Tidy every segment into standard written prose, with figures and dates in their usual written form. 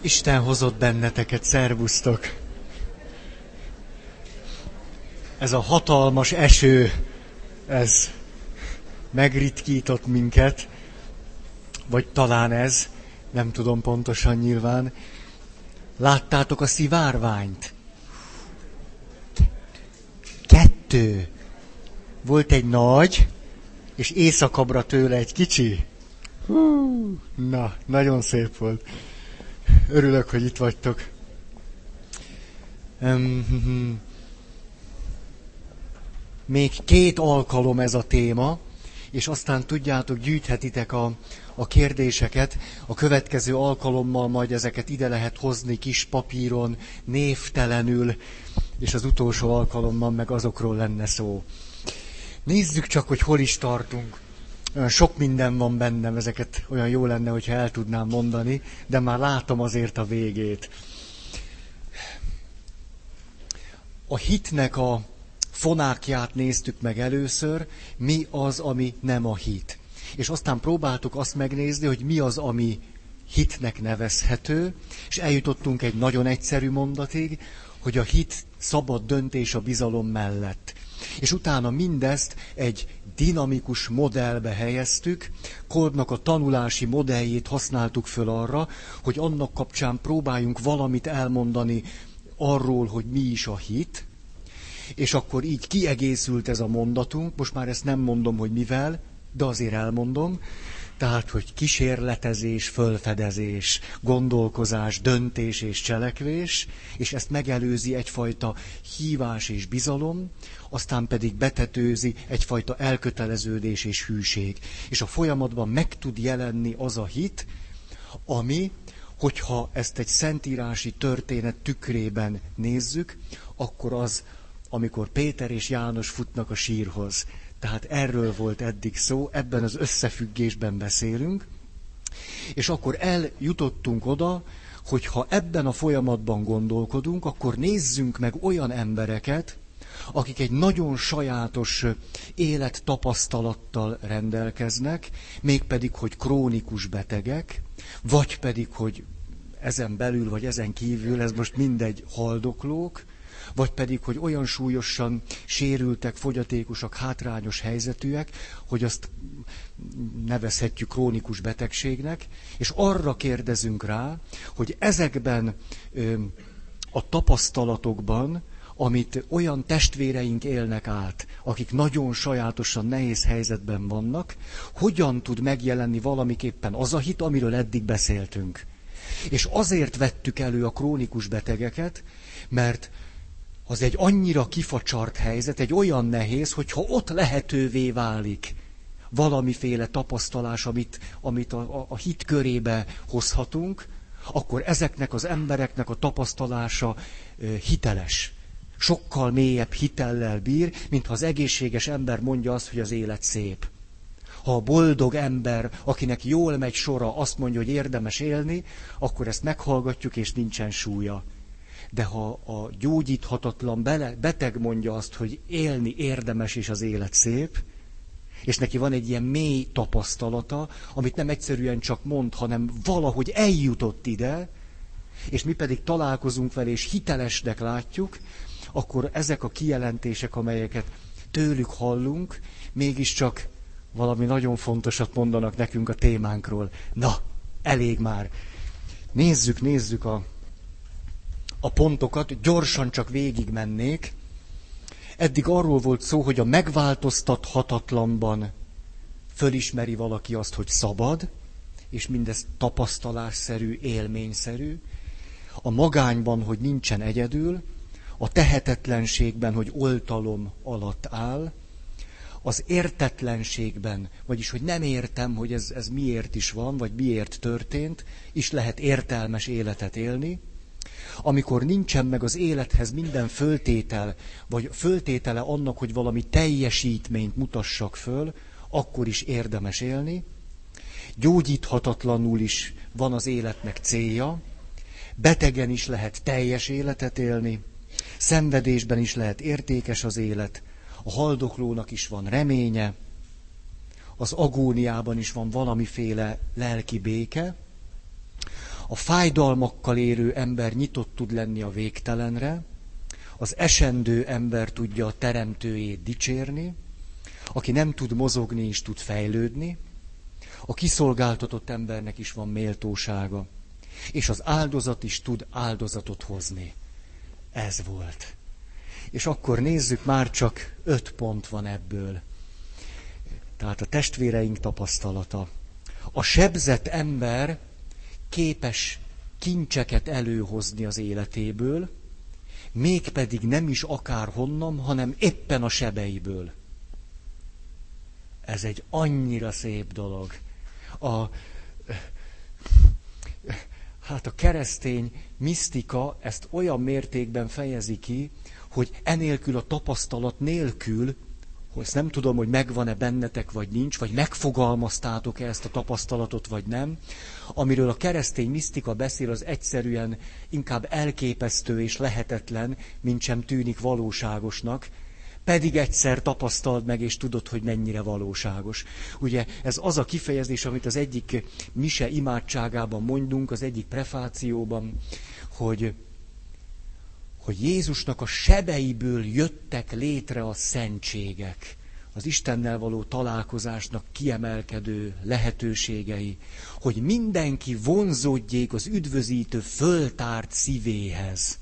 Isten hozott benneteket, szervusztok! Ez a hatalmas eső, ez megritkított minket, vagy talán ez, nem tudom pontosan nyilván. Láttátok a szivárványt? 2. Volt egy nagy, és északabbra tőle egy kicsi. Na, nagyon szép volt. Örülök, hogy itt vagytok. Még 2 alkalom ez a téma, és aztán tudjátok, gyűjthetitek a kérdéseket. A következő alkalommal majd ezeket ide lehet hozni kis papíron, névtelenül, és az utolsó alkalommal meg azokról lenne szó. Nézzük csak, hogy hol is tartunk. Olyan sok minden van bennem, ezeket olyan jó lenne, hogyha el tudnám mondani, de már látom azért a végét. A hitnek a fonákját néztük meg először, mi az, ami nem a hit. És aztán próbáltuk azt megnézni, hogy mi az, ami hitnek nevezhető, és eljutottunk egy nagyon egyszerű mondatig, hogy a hit szabad döntés a bizalom mellett. És utána mindezt egy dinamikus modellbe helyeztük, Kolbnak a tanulási modelljét használtuk föl arra, hogy annak kapcsán próbáljunk valamit elmondani arról, hogy mi is a hit, és akkor így kiegészült ez a mondatunk, most már ezt nem mondom, hogy mivel, de azért elmondom, tehát, hogy kísérletezés, fölfedezés, gondolkozás, döntés és cselekvés, és ezt megelőzi egyfajta hívás és bizalom, aztán pedig betetőzi egyfajta elköteleződés és hűség. És a folyamatban meg tud jelenni az a hit, ami, hogyha ezt egy szentírási történet tükrében nézzük, akkor az, amikor Péter és János futnak a sírhoz. Tehát erről volt eddig szó, ebben az összefüggésben beszélünk, és akkor eljutottunk oda, hogy ha ebben a folyamatban gondolkodunk, akkor nézzünk meg olyan embereket, akik egy nagyon sajátos élettapasztalattal rendelkeznek, mégpedig, hogy krónikus betegek, vagy pedig, hogy ezen belül, vagy ezen kívül, ez most mindegy, haldoklók, vagy pedig, hogy olyan súlyosan sérültek, fogyatékosak, hátrányos helyzetűek, hogy azt nevezhetjük krónikus betegségnek, és arra kérdezünk rá, hogy ezekben a tapasztalatokban, amit olyan testvéreink élnek át, akik nagyon sajátosan nehéz helyzetben vannak, hogyan tud megjelenni valamiképpen az a hit, amiről eddig beszéltünk. És azért vettük elő a krónikus betegeket, mert az egy annyira kifacsart helyzet, egy olyan nehéz, hogyha ott lehetővé válik valamiféle tapasztalás, amit a hit körébe hozhatunk, akkor ezeknek az embereknek a tapasztalása hiteles. Sokkal mélyebb hitellel bír, mint ha az egészséges ember mondja azt, hogy az élet szép. Ha a boldog ember, akinek jól megy sora, azt mondja, hogy érdemes élni, akkor ezt meghallgatjuk, és nincsen súlya. De ha a gyógyíthatatlan beteg mondja azt, hogy élni érdemes és az élet szép, és neki van egy ilyen mély tapasztalata, amit nem egyszerűen csak mond, hanem valahogy eljutott ide, és mi pedig találkozunk vele, és hitelesnek látjuk, akkor ezek a kijelentések, amelyeket tőlük hallunk, mégiscsak valami nagyon fontosat mondanak nekünk a témánkról. Na, elég már. Nézzük a pontokat, gyorsan csak végigmennék. Eddig arról volt szó, hogy a megváltoztathatatlanban fölismeri valaki azt, hogy szabad, és mindez tapasztalásszerű, élményszerű. A magányban, hogy nincsen egyedül, a tehetetlenségben, hogy oltalom alatt áll, az értetlenségben, vagyis, hogy nem értem, hogy ez miért is van, vagy miért történt, is lehet értelmes életet élni. Amikor nincsen meg az élethez minden föltétel, vagy föltétele annak, hogy valami teljesítményt mutassak föl, akkor is érdemes élni. Gyógyíthatatlanul is van az életnek célja, betegen is lehet teljes életet élni, szenvedésben is lehet értékes az élet, a haldoklónak is van reménye, az agóniában is van valamiféle lelki béke, A fájdalmakkal élő ember nyitott tud lenni a végtelenre, az esendő ember tudja a teremtőjét dicsérni, aki nem tud mozogni és tud fejlődni, a kiszolgáltatott embernek is van méltósága, és az áldozat is tud áldozatot hozni. Ez volt. És akkor nézzük, már csak 5 pont van ebből. Tehát a testvéreink tapasztalata. A sebzett ember képes kincseket előhozni az életéből, mégpedig nem is akárhonnan, hanem éppen a sebeiből. Ez egy annyira szép dolog. A keresztény misztika ezt olyan mértékben fejezi ki, hogy enélkül a tapasztalat nélkül, hogy ezt nem tudom, hogy megvan-e bennetek, vagy nincs, vagy megfogalmaztátok-e ezt a tapasztalatot, vagy nem. Amiről a keresztény misztika beszél, az egyszerűen inkább elképesztő és lehetetlen, mint sem tűnik valóságosnak, pedig egyszer tapasztald meg, és tudod, hogy mennyire valóságos. Ugye ez az a kifejezés, amit az egyik mise imádságában mondunk, az egyik prefációban, hogy Jézusnak a sebeiből jöttek létre a szentségek, az Istennel való találkozásnak kiemelkedő lehetőségei, hogy mindenki vonzódjék az üdvözítő föltárt szívéhez.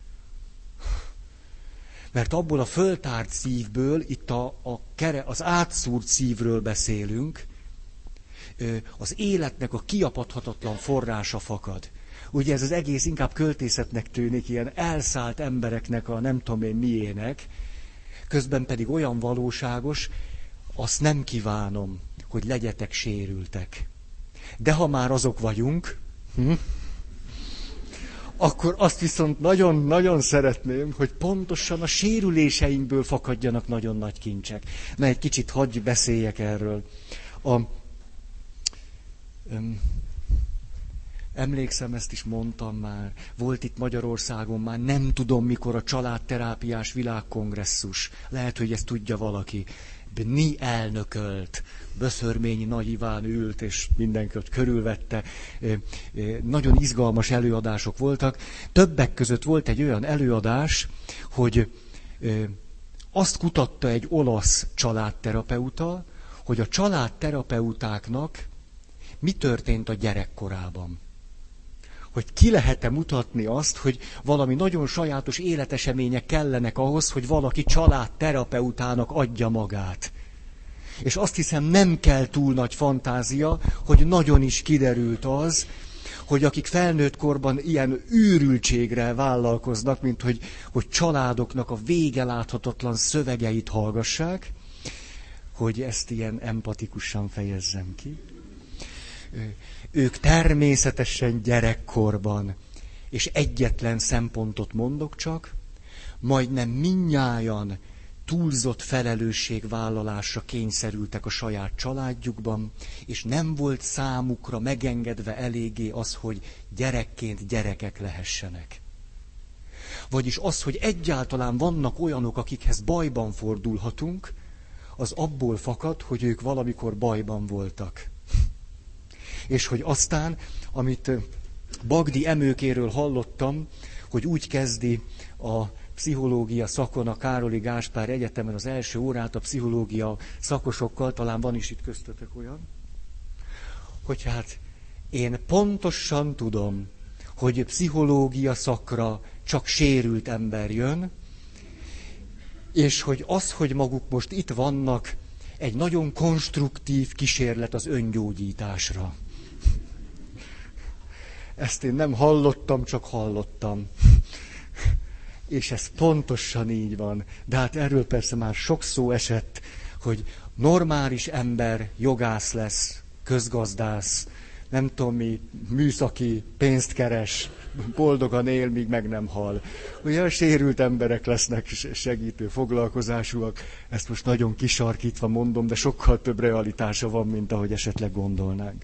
Mert abból a föltárt szívből, itt az átszúrt szívről beszélünk, az életnek a kiapadhatatlan forrása fakad. Ugye ez az egész inkább költészetnek tűnik, ilyen elszállt embereknek a nem tudom én miének, közben pedig olyan valóságos, azt nem kívánom, hogy legyetek sérültek. De ha már azok vagyunk, akkor azt viszont nagyon-nagyon szeretném, hogy pontosan a sérüléseinkből fakadjanak nagyon nagy kincsek. Na, egy kicsit hagyj beszéljek erről. Emlékszem, ezt is mondtam már, volt itt Magyarországon már nem tudom mikor a családterápiás világkongresszus. Lehet, hogy ezt tudja valaki. Ni elnökölt, Böszörményi Nagy Iván ült, és mindenki ott körülvette. Nagyon izgalmas előadások voltak. Többek között volt egy olyan előadás, hogy azt kutatta egy olasz családterapeuta, hogy a családterapeutáknak mi történt a gyerekkorában. Hogy ki lehet-e mutatni azt, hogy valami nagyon sajátos életesemények kellenek ahhoz, hogy valaki családterapeutának adja magát. És azt hiszem, nem kell túl nagy fantázia, hogy nagyon is kiderült az, hogy akik felnőtt korban ilyen őrültségre vállalkoznak, mint hogy családoknak a vége láthatatlan szövegeit hallgassák, hogy ezt ilyen empatikusan fejezzem ki. Ők természetesen gyerekkorban, és egyetlen szempontot mondok csak, majdnem mindnyájan túlzott felelősségvállalásra kényszerültek a saját családjukban, és nem volt számukra megengedve eléggé az, hogy gyerekként gyerekek lehessenek. Vagyis az, hogy egyáltalán vannak olyanok, akikhez bajban fordulhatunk, az abból fakad, hogy ők valamikor bajban voltak. És hogy aztán, amit Bagdi Emőkéről hallottam, hogy úgy kezdi a pszichológia szakon a Károli Gáspár Egyetemen az első órát a pszichológia szakosokkal, talán van is itt köztetek olyan, hogy hát én pontosan tudom, hogy pszichológia szakra csak sérült ember jön, és hogy az, hogy maguk most itt vannak, egy nagyon konstruktív kísérlet az öngyógyításra. Ezt én nem hallottam, csak hallottam. És ez pontosan így van. De hát erről persze már sok szó esett, hogy normális ember jogász lesz, közgazdász, nem tudom mi, műszaki, pénzt keres, boldogan él, míg meg nem hal. Ugye a sérült emberek lesznek segítő foglalkozásúak, ezt most nagyon kisarkítva mondom, de sokkal több realitása van, mint ahogy esetleg gondolnánk.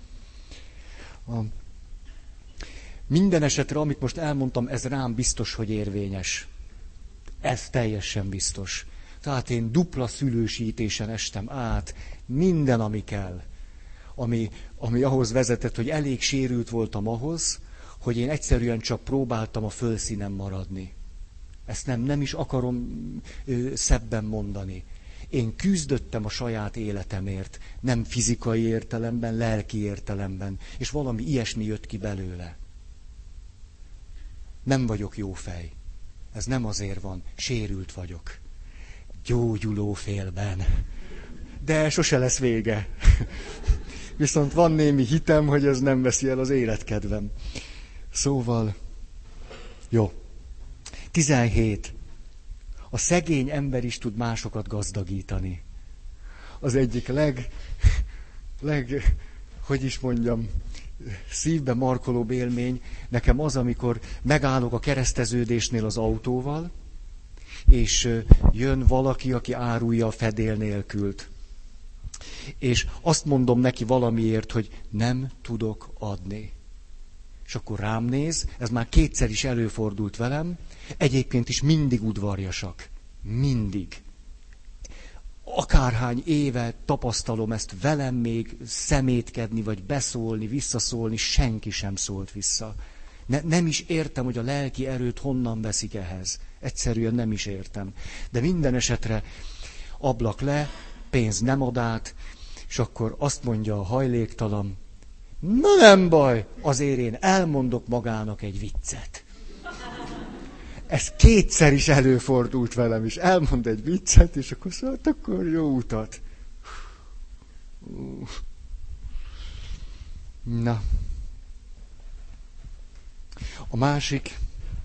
Minden esetre, amit most elmondtam, ez rám biztos, hogy érvényes. Ez teljesen biztos. Tehát én dupla szülősítésen estem át, minden, ami kell. ami ahhoz vezetett, hogy elég sérült voltam ahhoz, hogy én egyszerűen csak próbáltam a fölszínen maradni. Ezt nem is akarom szebben mondani. Én küzdöttem a saját életemért, nem fizikai értelemben, lelki értelemben, és valami ilyesmi jött ki belőle. Nem vagyok jó fej. Ez nem azért van, sérült vagyok. Gyógyuló félben. De sose lesz vége. Viszont van némi hitem, hogy ez nem veszi el az életkedvem. Szóval, jó. 17. A szegény ember is tud másokat gazdagítani. Az egyik hogy is mondjam, szívbe markolóbb élmény nekem az, amikor megállok a kereszteződésnél az autóval, és jön valaki, aki árulja a fedél nélkült. És azt mondom neki valamiért, hogy nem tudok adni. És akkor rám néz, ez már kétszer is előfordult velem, egyébként is mindig udvarjasak. Mindig. Akárhány éve tapasztalom ezt velem még szemétkedni, vagy beszólni, visszaszólni, senki sem szólt vissza. Nem is értem, hogy a lelki erőt honnan veszik ehhez. Egyszerűen nem is értem. De minden esetre ablak le, pénz nem ad át, és akkor azt mondja a hajléktalan, na nem baj, azért én elmondok magának egy viccet. Ez kétszer is előfordult velem is. Elmond egy viccet, és akkor szólt, akkor jó utat. Na. A másik,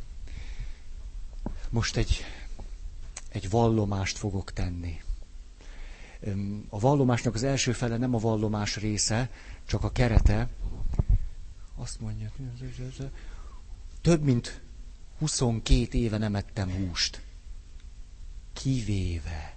most egy vallomást fogok tenni. A vallomásnak az első fele nem a vallomás része, csak a kerete. Azt mondja, több mint 22 éve nem ettem húst. Kivéve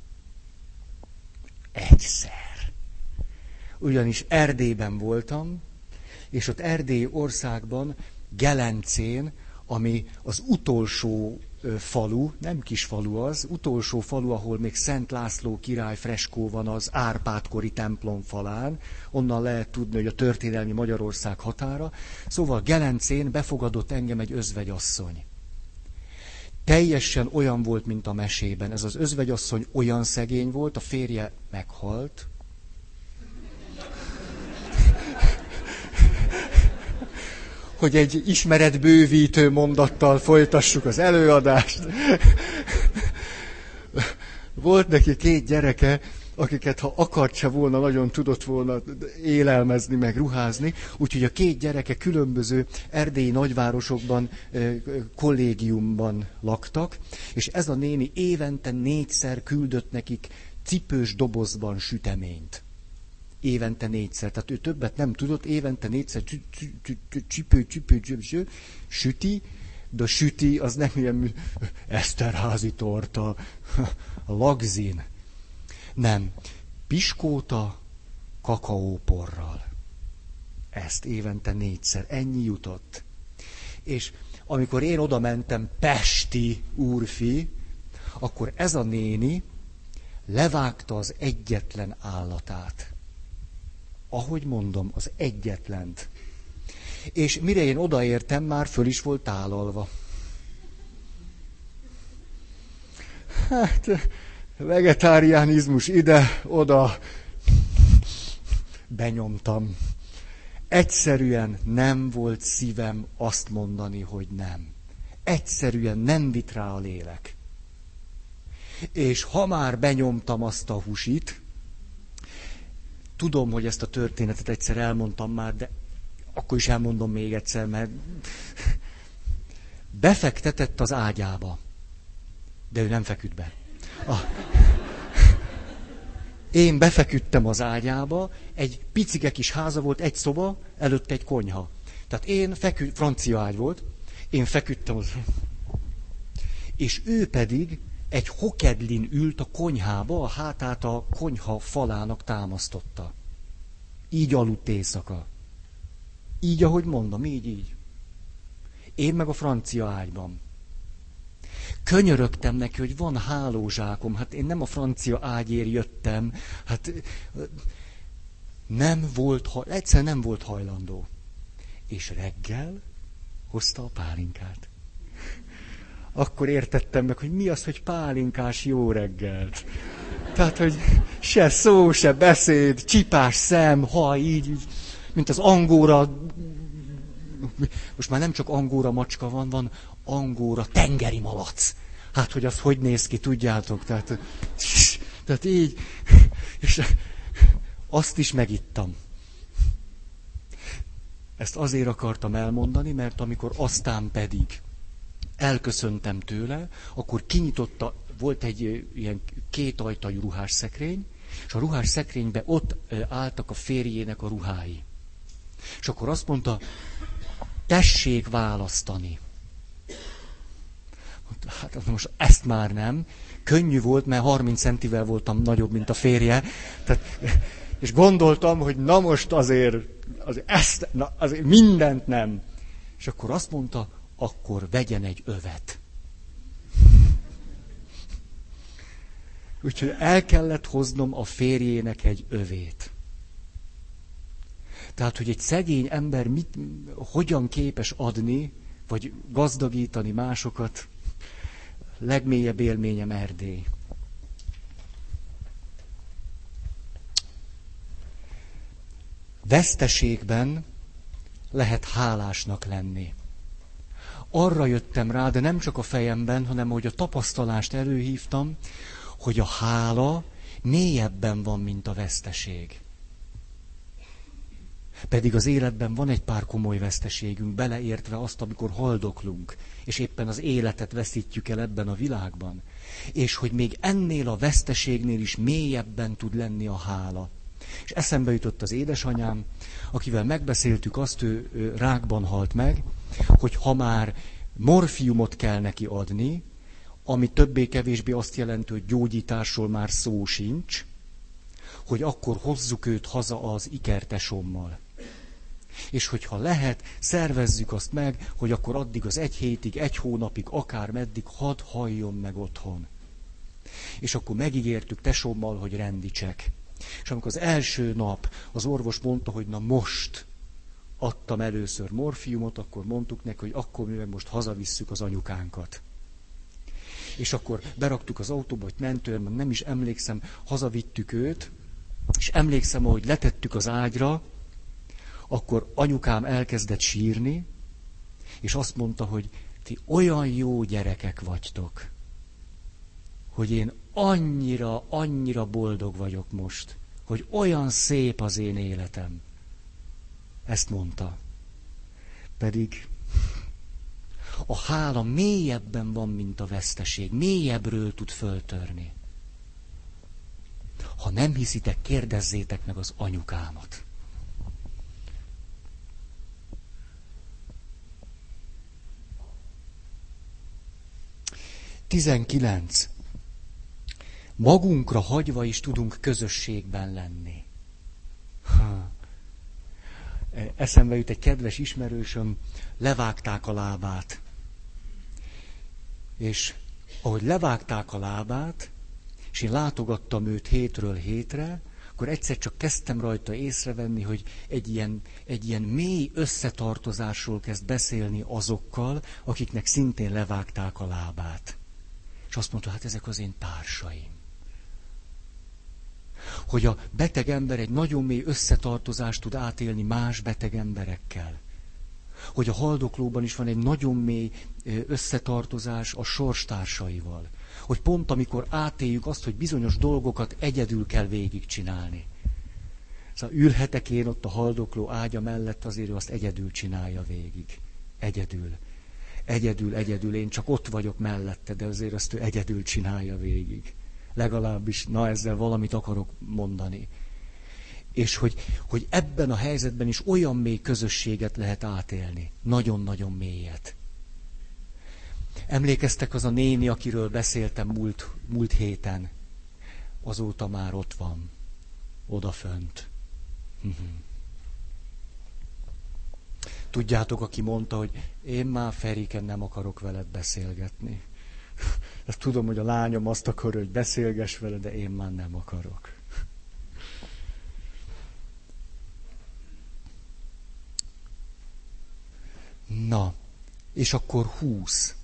egyszer. Ugyanis Erdélyben voltam, és ott Erdély országban, Gelencén, ami az utolsó falu, nem kis falu az, utolsó falu, ahol még Szent László király freskó van az Árpád-kori templom falán, onnan lehet tudni, hogy a történelmi Magyarország határa. Szóval Gelencén befogadott engem egy özvegyasszony. Teljesen olyan volt, mint a mesében. Ez az özvegyasszony olyan szegény volt, a férje meghalt. Hogy egy ismeretbővítő mondattal folytassuk az előadást. Volt neki 2 gyereke, akiket ha akart se volna, nagyon tudott volna élelmezni, meg ruházni. Úgyhogy a 2 gyereke különböző erdélyi nagyvárosokban, kollégiumban laktak, és ez a néni évente 4-szer küldött nekik cipős dobozban süteményt. Évente 4-szer. Tehát ő többet nem tudott, évente 4-szer süti, de süti az nem ilyen Eszterházi torta, lagzin. Nem. Piskóta kakaóporral. Ezt évente 4-szer. Ennyi jutott. És amikor én oda mentem, pesti úrfi, akkor ez a néni levágta az egyetlen állatát. Ahogy mondom, az egyetlent. És mire én odaértem, már föl is volt tálalva. Hát, vegetáriánizmus ide, oda. Benyomtam. Egyszerűen nem volt szívem azt mondani, hogy nem. Egyszerűen nem vitt rá a lélek. És ha már benyomtam azt a husit, tudom, hogy ezt a történetet egyszer elmondtam már, de akkor is elmondom még egyszer, mert befektetett az ágyába. De ő nem feküdt be. Én befeküdtem az ágyába, egy picike kis háza volt, egy szoba, előtte egy konyha. Tehát én francia ágy volt, én feküdtem és ő pedig egy hokedlin ült a konyhába, a hátát a konyha falának támasztotta. Így aludt éjszaka. Így, ahogy mondom, így. Én meg a francia ágyban. Könyörögtem neki, hogy van hálózsákom, hát én nem a francia ágyért jöttem, hát Egyszer nem volt hajlandó. És reggel hozta a pálinkát. Akkor értettem meg, hogy mi az, hogy pálinkás jó reggelt. Tehát, hogy se szó, se beszéd, csipás szem, haj, így, mint az angóra. Most már nem csak angóra macska van angóra tengeri malac. Hát, hogy az hogy néz ki, tudjátok. Tehát így. És azt is megittam. Ezt azért akartam elmondani, mert amikor aztán pedig elköszöntem tőle, akkor kinyitotta, volt egy ilyen 2 ajtajú ruhásszekrény, és a ruhásszekrényben ott álltak a férjének a ruhái. És akkor azt mondta, tessék választani. Hát most ezt már nem. Könnyű volt, mert 30 centivel voltam nagyobb, mint a férje. Tehát, és gondoltam, hogy na most azért mindent nem. És akkor azt mondta, akkor vegyen egy övet. Úgyhogy el kellett hoznom a férjének egy övét. Tehát, hogy egy szegény ember hogyan képes adni, vagy gazdagítani másokat, legmélyebb élményem Erdély. Veszteségben lehet hálásnak lenni. Arra jöttem rá, de nem csak a fejemben, hanem hogy a tapasztalást előhívtam, hogy a hála mélyebben van, mint a veszteség. Pedig az életben van egy pár komoly veszteségünk, beleértve azt, amikor haldoklunk, és éppen az életet veszítjük el ebben a világban. És hogy még ennél a veszteségnél is mélyebben tud lenni a hála. És eszembe jutott az édesanyám, akivel megbeszéltük azt, ő rákban halt meg, hogy ha már morfiumot kell neki adni, ami többé-kevésbé azt jelenti, hogy gyógyításról már szó sincs, hogy akkor hozzuk őt haza az ikertesommal. És hogyha lehet, szervezzük azt meg, hogy akkor addig az 1 hétig, 1 hónapig, akár meddig, hadd halljon meg otthon. És akkor megígértük tesómmal, hogy rendicsek. És amikor az első nap az orvos mondta, hogy na most adtam először morfiumot, akkor mondtuk neki, hogy akkor mi meg most hazavisszük az anyukánkat. És akkor beraktuk az autóba, hogy mentően, nem is emlékszem, hazavittük őt, és emlékszem, ahogy letettük az ágyra, akkor anyukám elkezdett sírni, és azt mondta, hogy ti olyan jó gyerekek vagytok, hogy én annyira boldog vagyok most, hogy olyan szép az én életem. Ezt mondta. Pedig a hála mélyebben van, mint a veszteség. Mélyebbről tud föltörni. Ha nem hiszitek, kérdezzétek meg az anyukámat. Tizenkilenc. Magunkra hagyva is tudunk közösségben lenni. Eszembe jut egy kedves ismerősöm, levágták a lábát. És ahogy levágták a lábát, és én látogattam őt hétről hétre, akkor egyszer csak kezdtem rajta észrevenni, hogy egy ilyen mély összetartozásról kezd beszélni azokkal, akiknek szintén levágták a lábát. És azt mondta, hát ezek az én társaim. Hogy a beteg ember egy nagyon mély összetartozást tud átélni más beteg emberekkel. Hogy a haldoklóban is van egy nagyon mély összetartozás a sorstársaival. Hogy pont amikor átéljük azt, hogy bizonyos dolgokat egyedül kell végigcsinálni. Szóval ülhetek én ott a haldokló ágya mellett, azért ő azt egyedül csinálja végig. Egyedül, én csak ott vagyok mellette, de azért azt ő egyedül csinálja végig. Legalábbis, na ezzel valamit akarok mondani. És hogy ebben a helyzetben is olyan mély közösséget lehet átélni. Nagyon-nagyon mélyet. Emlékeztek az a néni, akiről beszéltem múlt héten? Azóta már ott van. Odafönt. Tudjátok, aki mondta, hogy én már Feriken nem akarok veled beszélgetni. Ezt tudom, hogy a lányom azt akar, hogy beszélgess vele, de én már nem akarok. Na, és akkor 20.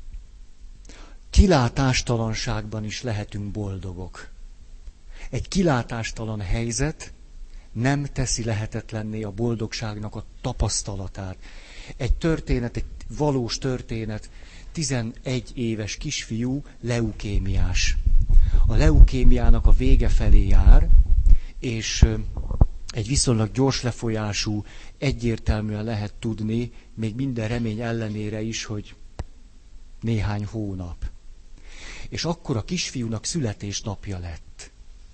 Kilátástalanságban is lehetünk boldogok. Egy kilátástalan helyzet nem teszi lehetetlenné a boldogságnak a tapasztalatát. Egy történet, egy valós történet, 11 éves kisfiú leukémiás. A leukémiának a vége felé jár, és egy viszonylag gyors lefolyású, egyértelműen lehet tudni, még minden remény ellenére is, hogy néhány hónap. És akkor a kisfiúnak születésnapja lett.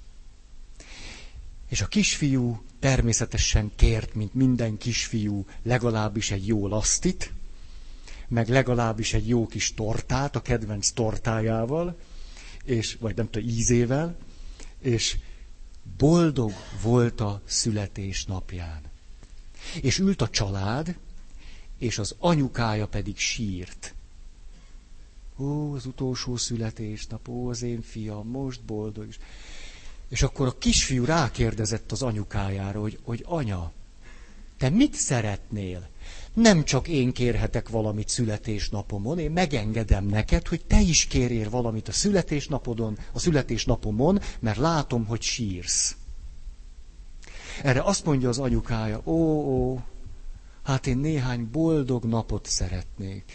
És a kisfiú természetesen kért, mint minden kisfiú, legalábbis egy jó lasztit, meg legalábbis egy jó kis tortát, a kedvenc tortájával, és, vagy nem tudom, ízével, és boldog volt a születésnapján. És ült a család, és az anyukája pedig sírt. Ó, az utolsó születésnap, ó, az én fiam, most boldog is. És akkor a kisfiú rákérdezett az anyukájára, hogy anya, te mit szeretnél? Nem csak én kérhetek valamit születésnapomon, én megengedem neked, hogy te is kérjél valamit a születésnapomon, mert látom, hogy sírsz. Erre azt mondja az anyukája, hát én néhány boldog napot szeretnék.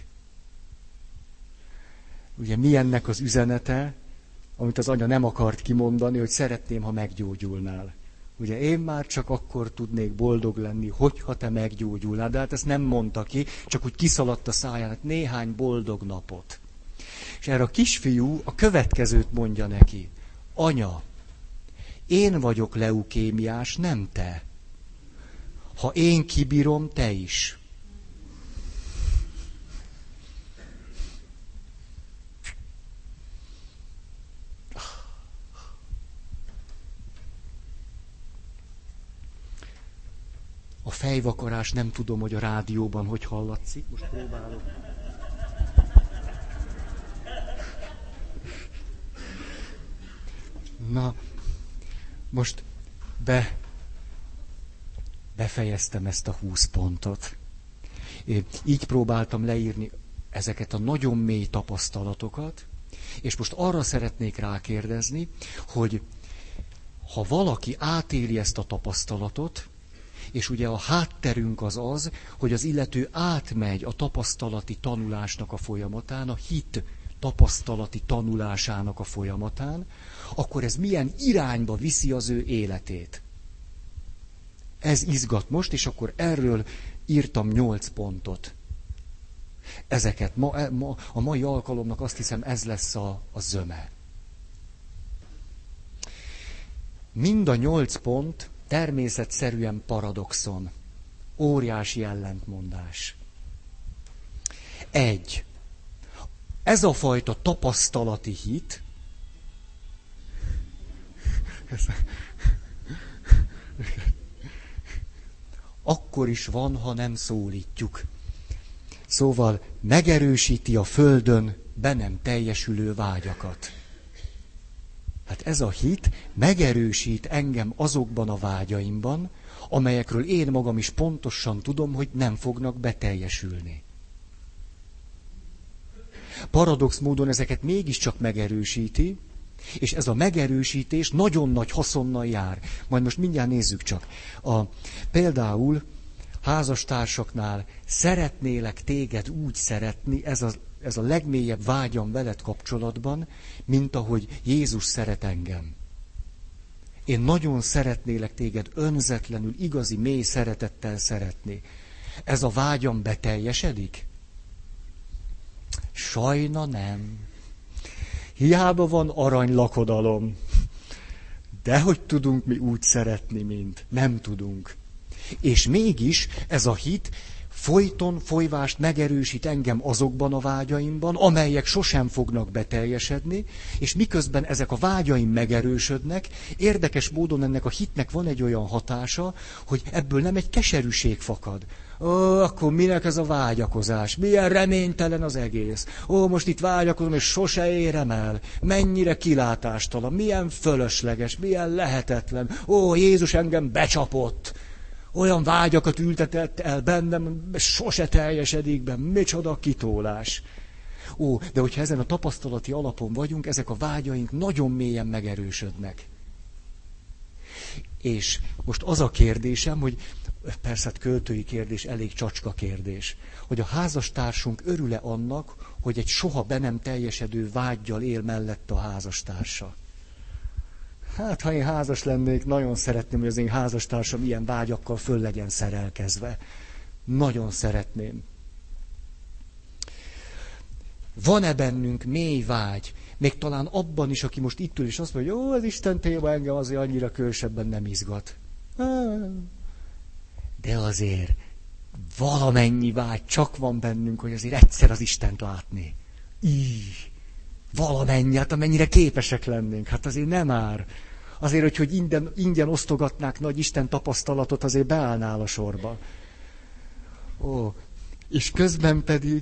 Ugye mi ennek az üzenete, amit az anya nem akart kimondani, hogy szeretném, ha meggyógyulnál. Ugye én már csak akkor tudnék boldog lenni, hogyha te meggyógyulnál, de hát ezt nem mondta ki, csak úgy kiszaladt a száján, hát néhány boldog napot. És erre a kisfiú a következőt mondja neki. Anya, én vagyok leukémiás, nem te. Ha én kibírom, te is. A fejvakarás nem tudom, hogy a rádióban hogy hallatszik. Most próbálok. Na, most befejeztem ezt a 20 pontot. Így próbáltam leírni ezeket a nagyon mély tapasztalatokat, és most arra szeretnék rákérdezni, hogy ha valaki átéli ezt a tapasztalatot, és ugye a hátterünk az, hogy az illető átmegy a tapasztalati tanulásnak a folyamatán, a hit tapasztalati tanulásának a folyamatán, akkor ez milyen irányba viszi az ő életét. Ez izgat most, és akkor erről írtam 8 pontot. Ezeket a mai alkalomnak azt hiszem ez lesz a zöme. Mind a 8 pont természetszerűen paradoxon. Óriási ellentmondás. 1. Ez a fajta tapasztalati hit, akkor is van, ha nem szólítjuk. Szóval megerősíti a földön be nem teljesülő vágyakat. Hát ez a hit megerősít engem azokban a vágyaimban, amelyekről én magam is pontosan tudom, hogy nem fognak beteljesülni. Paradox módon ezeket mégiscsak megerősíti, és ez a megerősítés nagyon nagy haszonnal jár. Majd most mindjárt nézzük csak. Például házastársaknál szeretnélek téged úgy szeretni, ez a legmélyebb vágyam veled kapcsolatban, mint ahogy Jézus szeret engem. Én nagyon szeretnélek téged önzetlenül, igazi, mély szeretettel szeretni. Ez a vágyam beteljesedik? Sajna nem. Hiába van aranylakodalom. De hogy tudunk mi úgy szeretni, mint? Nem tudunk. És mégis ez a hit folyton folyvást megerősít engem azokban a vágyaimban, amelyek sosem fognak beteljesedni, és miközben ezek a vágyaim megerősödnek, érdekes módon ennek a hitnek van egy olyan hatása, hogy ebből nem egy keserűség fakad. Akkor minek ez a vágyakozás? Milyen reménytelen az egész. Most itt vágyakozom, és sose érem el. Mennyire kilátástalan, milyen fölösleges, milyen lehetetlen. Jézus engem becsapott. Olyan vágyakat ültetett el bennem, sose teljesedik be, micsoda kitólás. Ó, de hogyha ezen a tapasztalati alapon vagyunk, ezek a vágyaink nagyon mélyen megerősödnek. És most az a kérdésem, hogy persze hát költői kérdés, elég csacska kérdés, hogy a házastársunk örül-e annak, hogy egy soha be nem teljesedő vággyal él mellett a házastársa. Hát, ha én házas lennék, nagyon szeretném, hogy az én házastársam ilyen vágyakkal föl legyen szerelkezve. Nagyon szeretném. Van-e bennünk mély vágy? Még talán abban is, aki most itt ül, és azt mondja, hogy jó, az Isten téma engem azért annyira különösebben nem izgat. De azért valamennyi vágy csak van bennünk, hogy azért egyszer az Istent látni. Valamennyi, hát amennyire képesek lennénk. Hát azért nem ár. Azért, hogy ingyen osztogatnák nagy Isten tapasztalatot, azért beállnál a sorba. Ó, és közben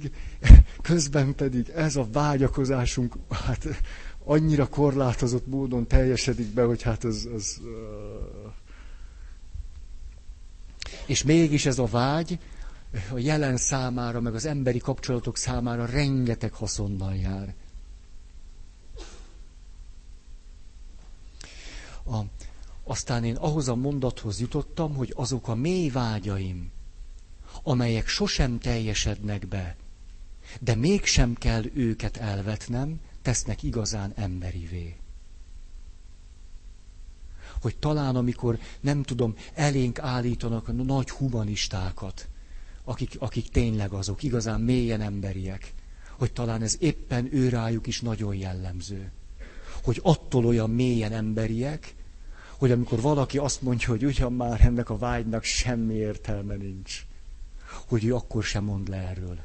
pedig ez a vágyakozásunk hát annyira korlátozott módon teljesedik be, hogy hát az... És mégis ez a vágy a jelen számára, meg az emberi kapcsolatok számára rengeteg haszonnal jár. Aztán én ahhoz a mondathoz jutottam, hogy azok a mély vágyaim, amelyek sosem teljesednek be, de mégsem kell őket elvetnem, tesznek igazán emberivé. Hogy talán amikor, nem tudom, elénk állítanak a nagy humanistákat, akik tényleg azok, igazán mélyen emberiek, hogy talán ez éppen őrájuk is nagyon jellemző. Hogy attól olyan mélyen emberiek, hogy amikor valaki azt mondja, hogy ugyan már ennek a vágynak semmi értelme nincs, hogy ő akkor sem mond le erről.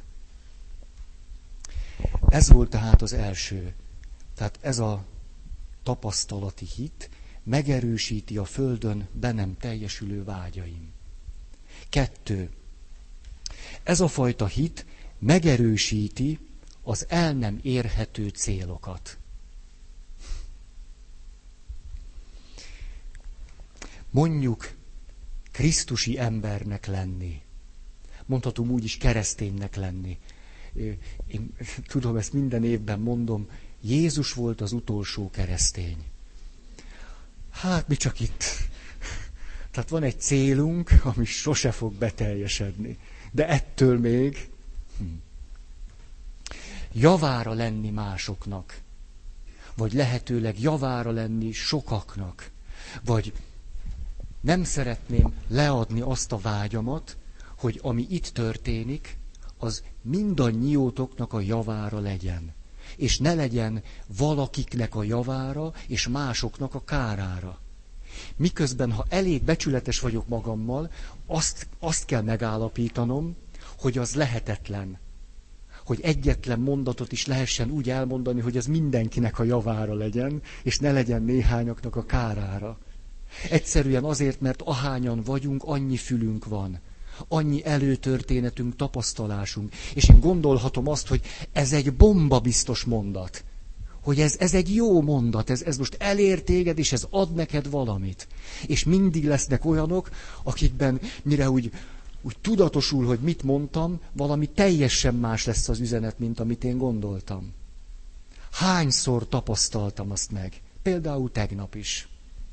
Ez volt tehát az első. Tehát ez a tapasztalati hit megerősíti a földön be nem teljesülő vágyaim. 2. Ez a fajta hit megerősíti az el nem érhető célokat. Mondjuk krisztusi embernek lenni. Mondhatom úgy is kereszténynek lenni. Én tudom, ezt minden évben mondom, Jézus volt az utolsó keresztény. Hát mi csak itt. Tehát van egy célunk, ami sose fog beteljesedni. De ettől még javára lenni másoknak. Vagy lehetőleg javára lenni sokaknak. Vagy nem szeretném leadni azt a vágyamat, hogy ami itt történik, az mindannyiótoknak a javára legyen. És ne legyen valakiknek a javára, és másoknak a kárára. Miközben, ha elég becsületes vagyok magammal, azt kell megállapítanom, hogy az lehetetlen. Hogy egyetlen mondatot is lehessen úgy elmondani, hogy ez mindenkinek a javára legyen, és ne legyen néhányaknak a kárára. Egyszerűen azért, mert ahányan vagyunk, annyi fülünk van. Annyi előtörténetünk, tapasztalásunk. És én gondolhatom azt, hogy ez egy bombabiztos mondat. Hogy ez egy jó mondat, ez most elér téged, és ez ad neked valamit. És mindig lesznek olyanok, akikben mire úgy tudatosul, hogy mit mondtam, valami teljesen más lesz az üzenet, mint amit én gondoltam. Hányszor tapasztaltam azt meg? Például tegnap is.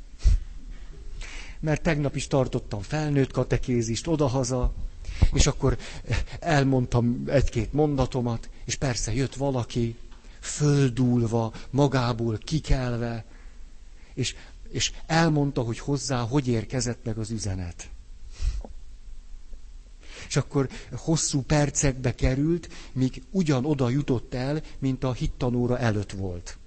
Mert tegnap is tartottam felnőtt katekézist odahaza, és akkor elmondtam egy-két mondatomat, és persze jött valaki, földúlva, magából kikelve, és elmondta, hogy hozzá hogy érkezett meg az üzenet. És akkor hosszú percekbe került, míg ugyanoda jutott el, mint a hittanóra előtt volt.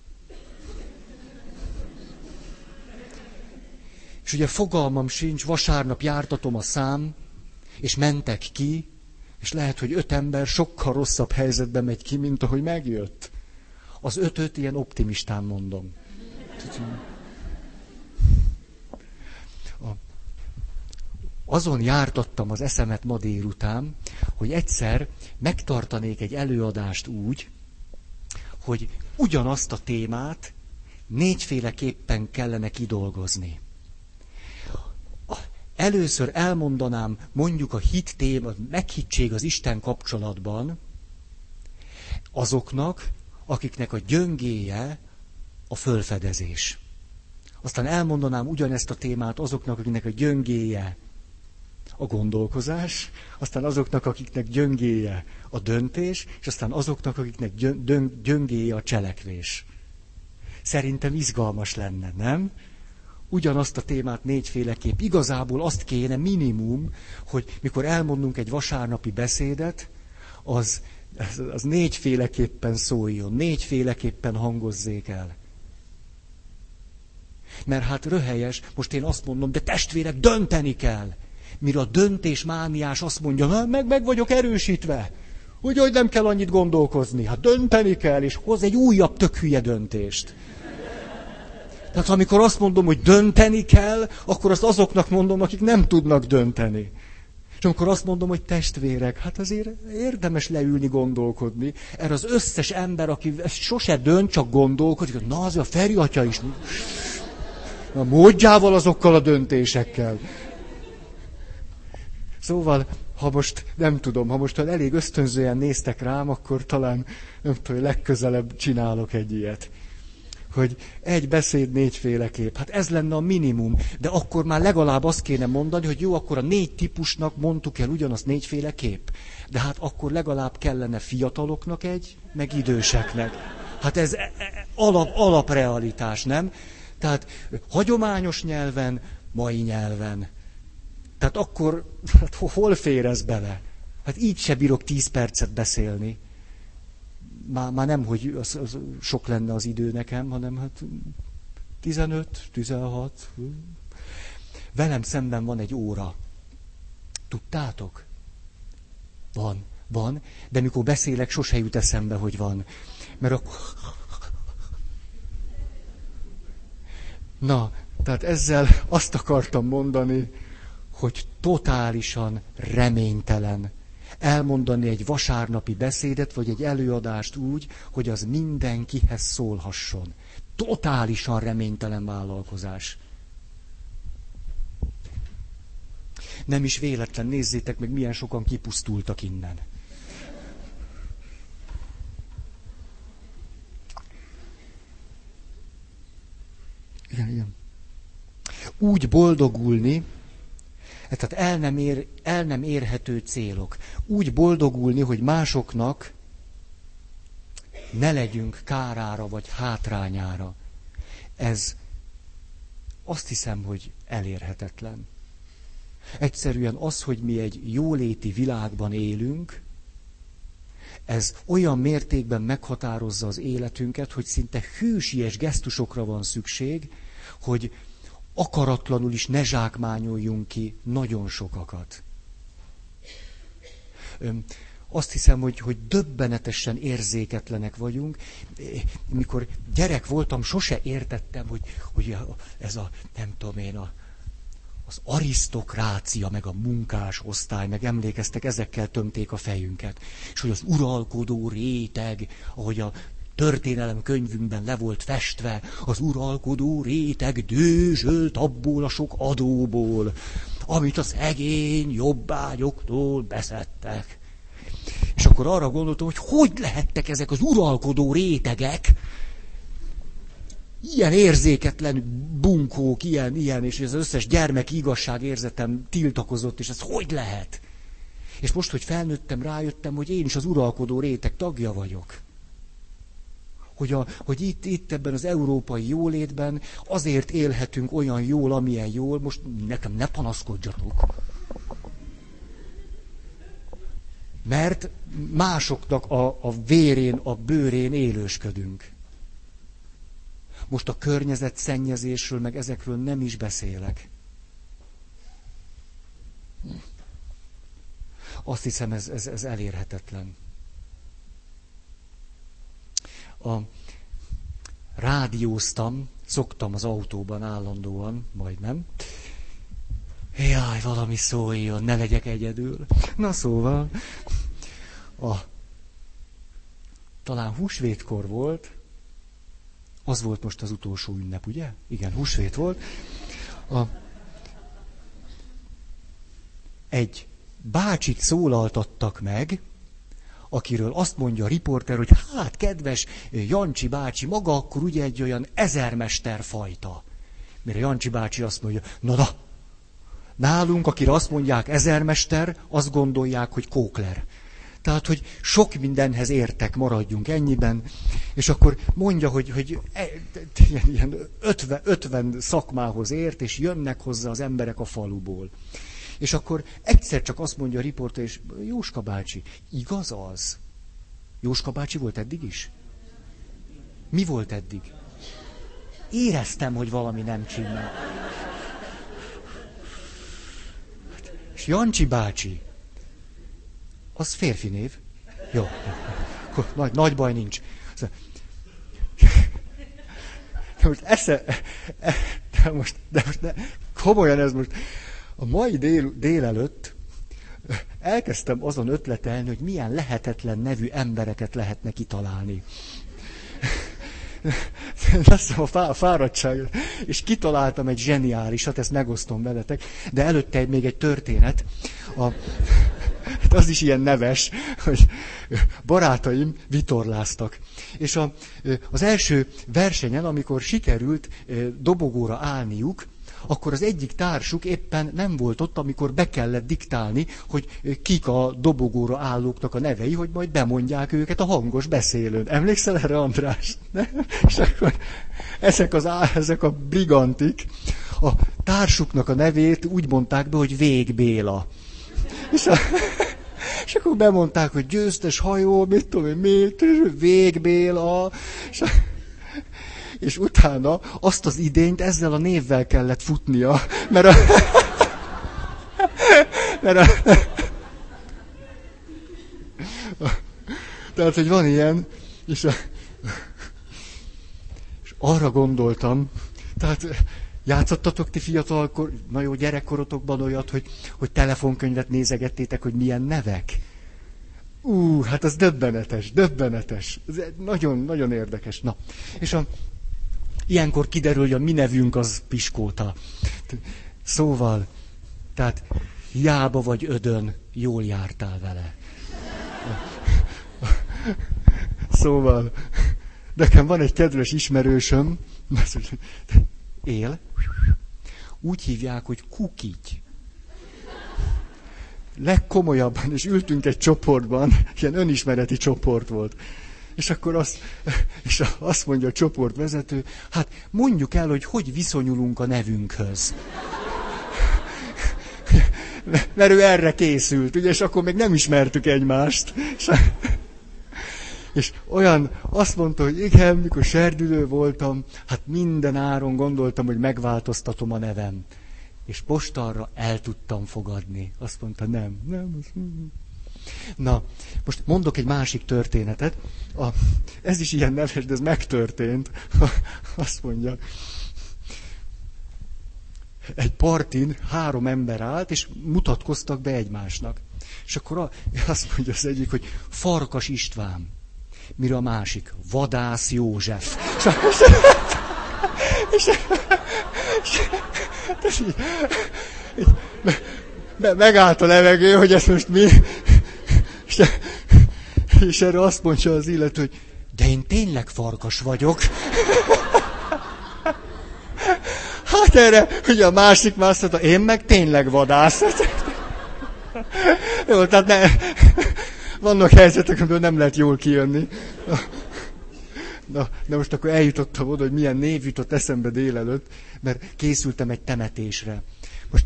És ugye fogalmam sincs, vasárnap jártatom a szám, és mentek ki, és lehet, hogy 5 ember sokkal rosszabb helyzetbe megy ki, mint ahogy megjött. Az 5-öt ilyen optimistán mondom. Azon jártattam az eszemet ma délután, hogy egyszer megtartanék egy előadást úgy, hogy ugyanazt a témát 4 féleképpen kellene kidolgozni. először elmondanám mondjuk a hit téma, a meghittség az Isten kapcsolatban azoknak, akiknek a gyöngéje a fölfedezés. Aztán elmondanám ugyanezt a témát azoknak, akiknek a gyöngéje a gondolkozás, aztán azoknak, akiknek gyöngéje a döntés, és aztán azoknak, akiknek gyöngéje a cselekvés. Szerintem izgalmas lenne, nem? Ugyanazt a témát négyféleképp. Igazából azt kéne minimum, hogy mikor elmondunk egy vasárnapi beszédet, az négyféleképpen szóljon, négyféleképpen hangozzék el. Mert hát röhelyes, most én azt mondom, de testvérek, dönteni kell. Mire a döntésmániás azt mondja, meg vagyok erősítve, hogy nem kell annyit gondolkozni, hát dönteni kell, és hoz egy újabb tök hülye döntést. Tehát amikor azt mondom, hogy dönteni kell, akkor azt azoknak mondom, akik nem tudnak dönteni. És amikor azt mondom, hogy testvérek, hát azért érdemes leülni, gondolkodni. Erre az összes ember, aki sose dönt, csak gondolkodik, na az a Feri atya is. Na, módjával azokkal a döntésekkel. Szóval, ha most elég ösztönzően néztek rám, akkor talán, nem tudom, legközelebb csinálok egy ilyet. Hogy egy beszéd négyféleképp. Hát ez lenne a minimum. De akkor már legalább azt kéne mondani, hogy jó, akkor a 4 típusnak mondtuk el ugyanazt négyféleképp. De hát akkor legalább kellene fiataloknak egy, meg időseknek. Hát ez alaprealitás, nem? Tehát hagyományos nyelven, mai nyelven. Tehát akkor hát hol fér ez bele? Hát így se bírok 10 percet beszélni. Már nem, hogy az sok lenne az idő nekem, hanem hát 15, 16. Velem szemben van egy óra. Tudtátok? Van, de mikor beszélek, sose jut eszembe, hogy van. Mert akkor... Na, tehát ezzel azt akartam mondani, hogy totálisan reménytelen elmondani egy vasárnapi beszédet, vagy egy előadást úgy, hogy az mindenkihez szólhasson. Totálisan reménytelen vállalkozás. Nem is véletlen, nézzétek meg, milyen sokan kipusztultak innen. Igen. Úgy boldogulni, tehát el nem érhető célok. Úgy boldogulni, hogy másoknak ne legyünk kárára vagy hátrányára. Ez azt hiszem, hogy elérhetetlen. Egyszerűen az, hogy mi egy jóléti világban élünk, ez olyan mértékben meghatározza az életünket, hogy szinte hősies gesztusokra van szükség, hogy akaratlanul is ne zsákmányoljunk ki nagyon sokakat. Azt hiszem, hogy döbbenetesen érzéketlenek vagyunk. Mikor gyerek voltam, sose értettem, hogy ez a, nem tudom én, az arisztokrácia, meg a munkás osztály, meg emlékeztek, ezekkel tömték a fejünket. És hogy az uralkodó réteg, ahogy a történelem könyvünkben le volt festve, az uralkodó réteg dőzsölt abból a sok adóból, amit a szegény jobbágyoktól beszedtek. És akkor arra gondoltam, hogy lehettek ezek az uralkodó rétegek, ilyen érzéketlen bunkók, ilyen, és az összes gyermeki igazságérzetem tiltakozott, és ez hogy lehet? És most, hogy felnőttem, rájöttem, hogy én is az uralkodó réteg tagja vagyok. Hogy itt ebben az európai jólétben azért élhetünk olyan jól, amilyen jól, most nekem ne panaszkodjatok. Mert másoknak a vérén, a bőrén élősködünk. Most a környezetszennyezésről, meg ezekről nem is beszélek. Azt hiszem, ez elérhetetlen. Rádióztam, szoktam az autóban állandóan, majdnem. Jaj, valami szóljon, ne legyek egyedül. Na szóval, talán húsvétkor volt, az volt most az utolsó ünnep, ugye? Igen, húsvét volt. egy bácsit szólaltattak meg, akiről azt mondja a riporter, hogy hát kedves Jancsi bácsi, maga akkor ugye egy olyan ezermester fajta. Mire Jancsi bácsi azt mondja, na, nálunk, akire azt mondják ezermester, azt gondolják, hogy kókler. Tehát, hogy sok mindenhez értek, maradjunk ennyiben. És akkor mondja, hogy ilyen 50 szakmához ért, és jönnek hozzá az emberek a faluból. És akkor egyszer csak azt mondja a riporter, és Jóska bácsi, igaz az? Jóska bácsi volt eddig is? Mi volt eddig? Éreztem, hogy valami nem csinál. És Jancsi bácsi, az férfi név. Jó. Nagy baj nincs. De most komolyan ez most. A mai délelőtt elkezdtem azon ötletelni, hogy milyen lehetetlen nevű embereket lehetne kitalálni. Azt hiszem a fáradtság. És kitaláltam egy zseniálisat, ezt megosztom veletek, de előtte még egy történet. Az is ilyen neves, hogy barátaim vitorláztak. És az első versenyen, amikor sikerült dobogóra állniuk, akkor az egyik társuk éppen nem volt ott, amikor be kellett diktálni, hogy kik a dobogóra állóknak a nevei, hogy majd bemondják őket a hangos beszélőn. Emlékszel erre, András? Ne? És akkor ezek a brigantik a társuknak a nevét úgy mondták be, hogy Vég Béla. És akkor bemondták, hogy győztes hajó, mit tudom én, mit, Vég Béla. És utána azt az idényt ezzel a névvel kellett futnia, tehát, hogy van ilyen, és arra gondoltam, tehát játszottatok ti fiatalkor, na jó, gyerekkorotokban olyat, hogy telefonkönyvet nézegettétek, hogy milyen nevek? Hát az döbbenetes. Ez nagyon, nagyon érdekes. Na, és ilyenkor kiderül, hogy a mi nevünk az Piskóta. Szóval, tehát hiába vagy ödön, jól jártál vele. Szóval, nekem van egy kedves ismerősöm, él, úgy hívják, hogy Kukity. Legkomolyabban, és ültünk egy csoportban, ilyen önismereti csoport volt. És akkor azt mondja a csoportvezető, hát mondjuk el, hogy viszonyulunk a nevünkhöz. Mert ő erre készült, ugye, és akkor még nem ismertük egymást. És olyan, azt mondta, hogy igen, mikor serdülő voltam, hát minden áron gondoltam, hogy megváltoztatom a nevem. És mostanra el tudtam fogadni. Azt mondta, nem. Na, most mondok egy másik történetet. Ez is ilyen neves, de ez megtörtént. Azt mondja, egy partin 3 ember állt, és mutatkoztak be egymásnak. És akkor azt mondja az egyik, hogy Farkas István. Mire a másik? Vadász József. Megállt a levegő, hogy ez most mi... És erre azt mondja az illető, hogy de én tényleg farkas vagyok. Hát erre, ugye a másik mászlata, én meg tényleg vadász. Jó, tehát vannak helyzetek, amiből nem lehet jól kijönni. Na, de most akkor eljutottam oda, hogy milyen név jutott eszembe délelőtt, mert készültem egy temetésre. Most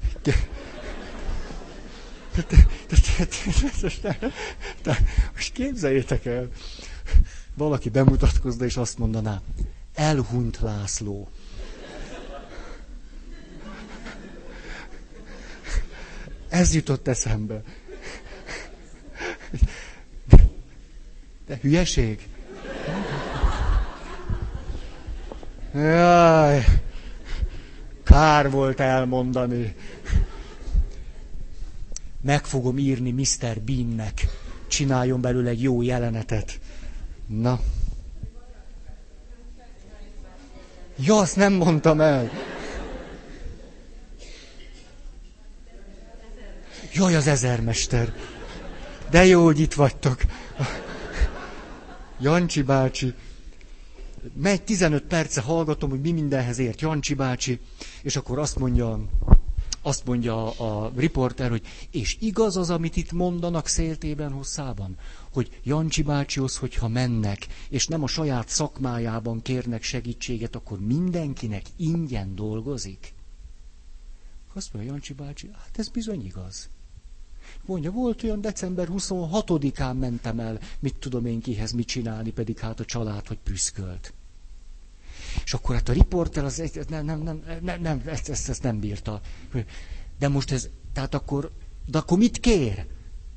képzeljétek el, valaki bemutatkozna, és azt mondaná, Elhunyt László. Ez jutott eszembe. De hülyeség? Jaj, kár volt elmondani. Meg fogom írni Mr. Beannek. Csináljon belőle egy jó jelenetet. Na. Ja, azt nem mondtam el. Jaj, az ezermester! De jó, hogy itt vagytok. Jancsi bácsi. Megy 15 perce hallgatom, hogy mi mindenhez ért Jancsi bácsi, és akkor azt mondja a riporter, hogy és igaz az, amit itt mondanak széltében hosszában, hogy Jancsi bácsihoz, hogyha mennek, és nem a saját szakmájában kérnek segítséget, akkor mindenkinek ingyen dolgozik? Azt mondja Jancsi bácsi, hát ez bizony igaz. Mondja, volt olyan december 26-án mentem el, mit tudom én kihez mit csinálni, pedig hát a család, hogy prüszkölt. És akkor hát a riporter ezt nem bírta. De most ez, tehát akkor mit kér?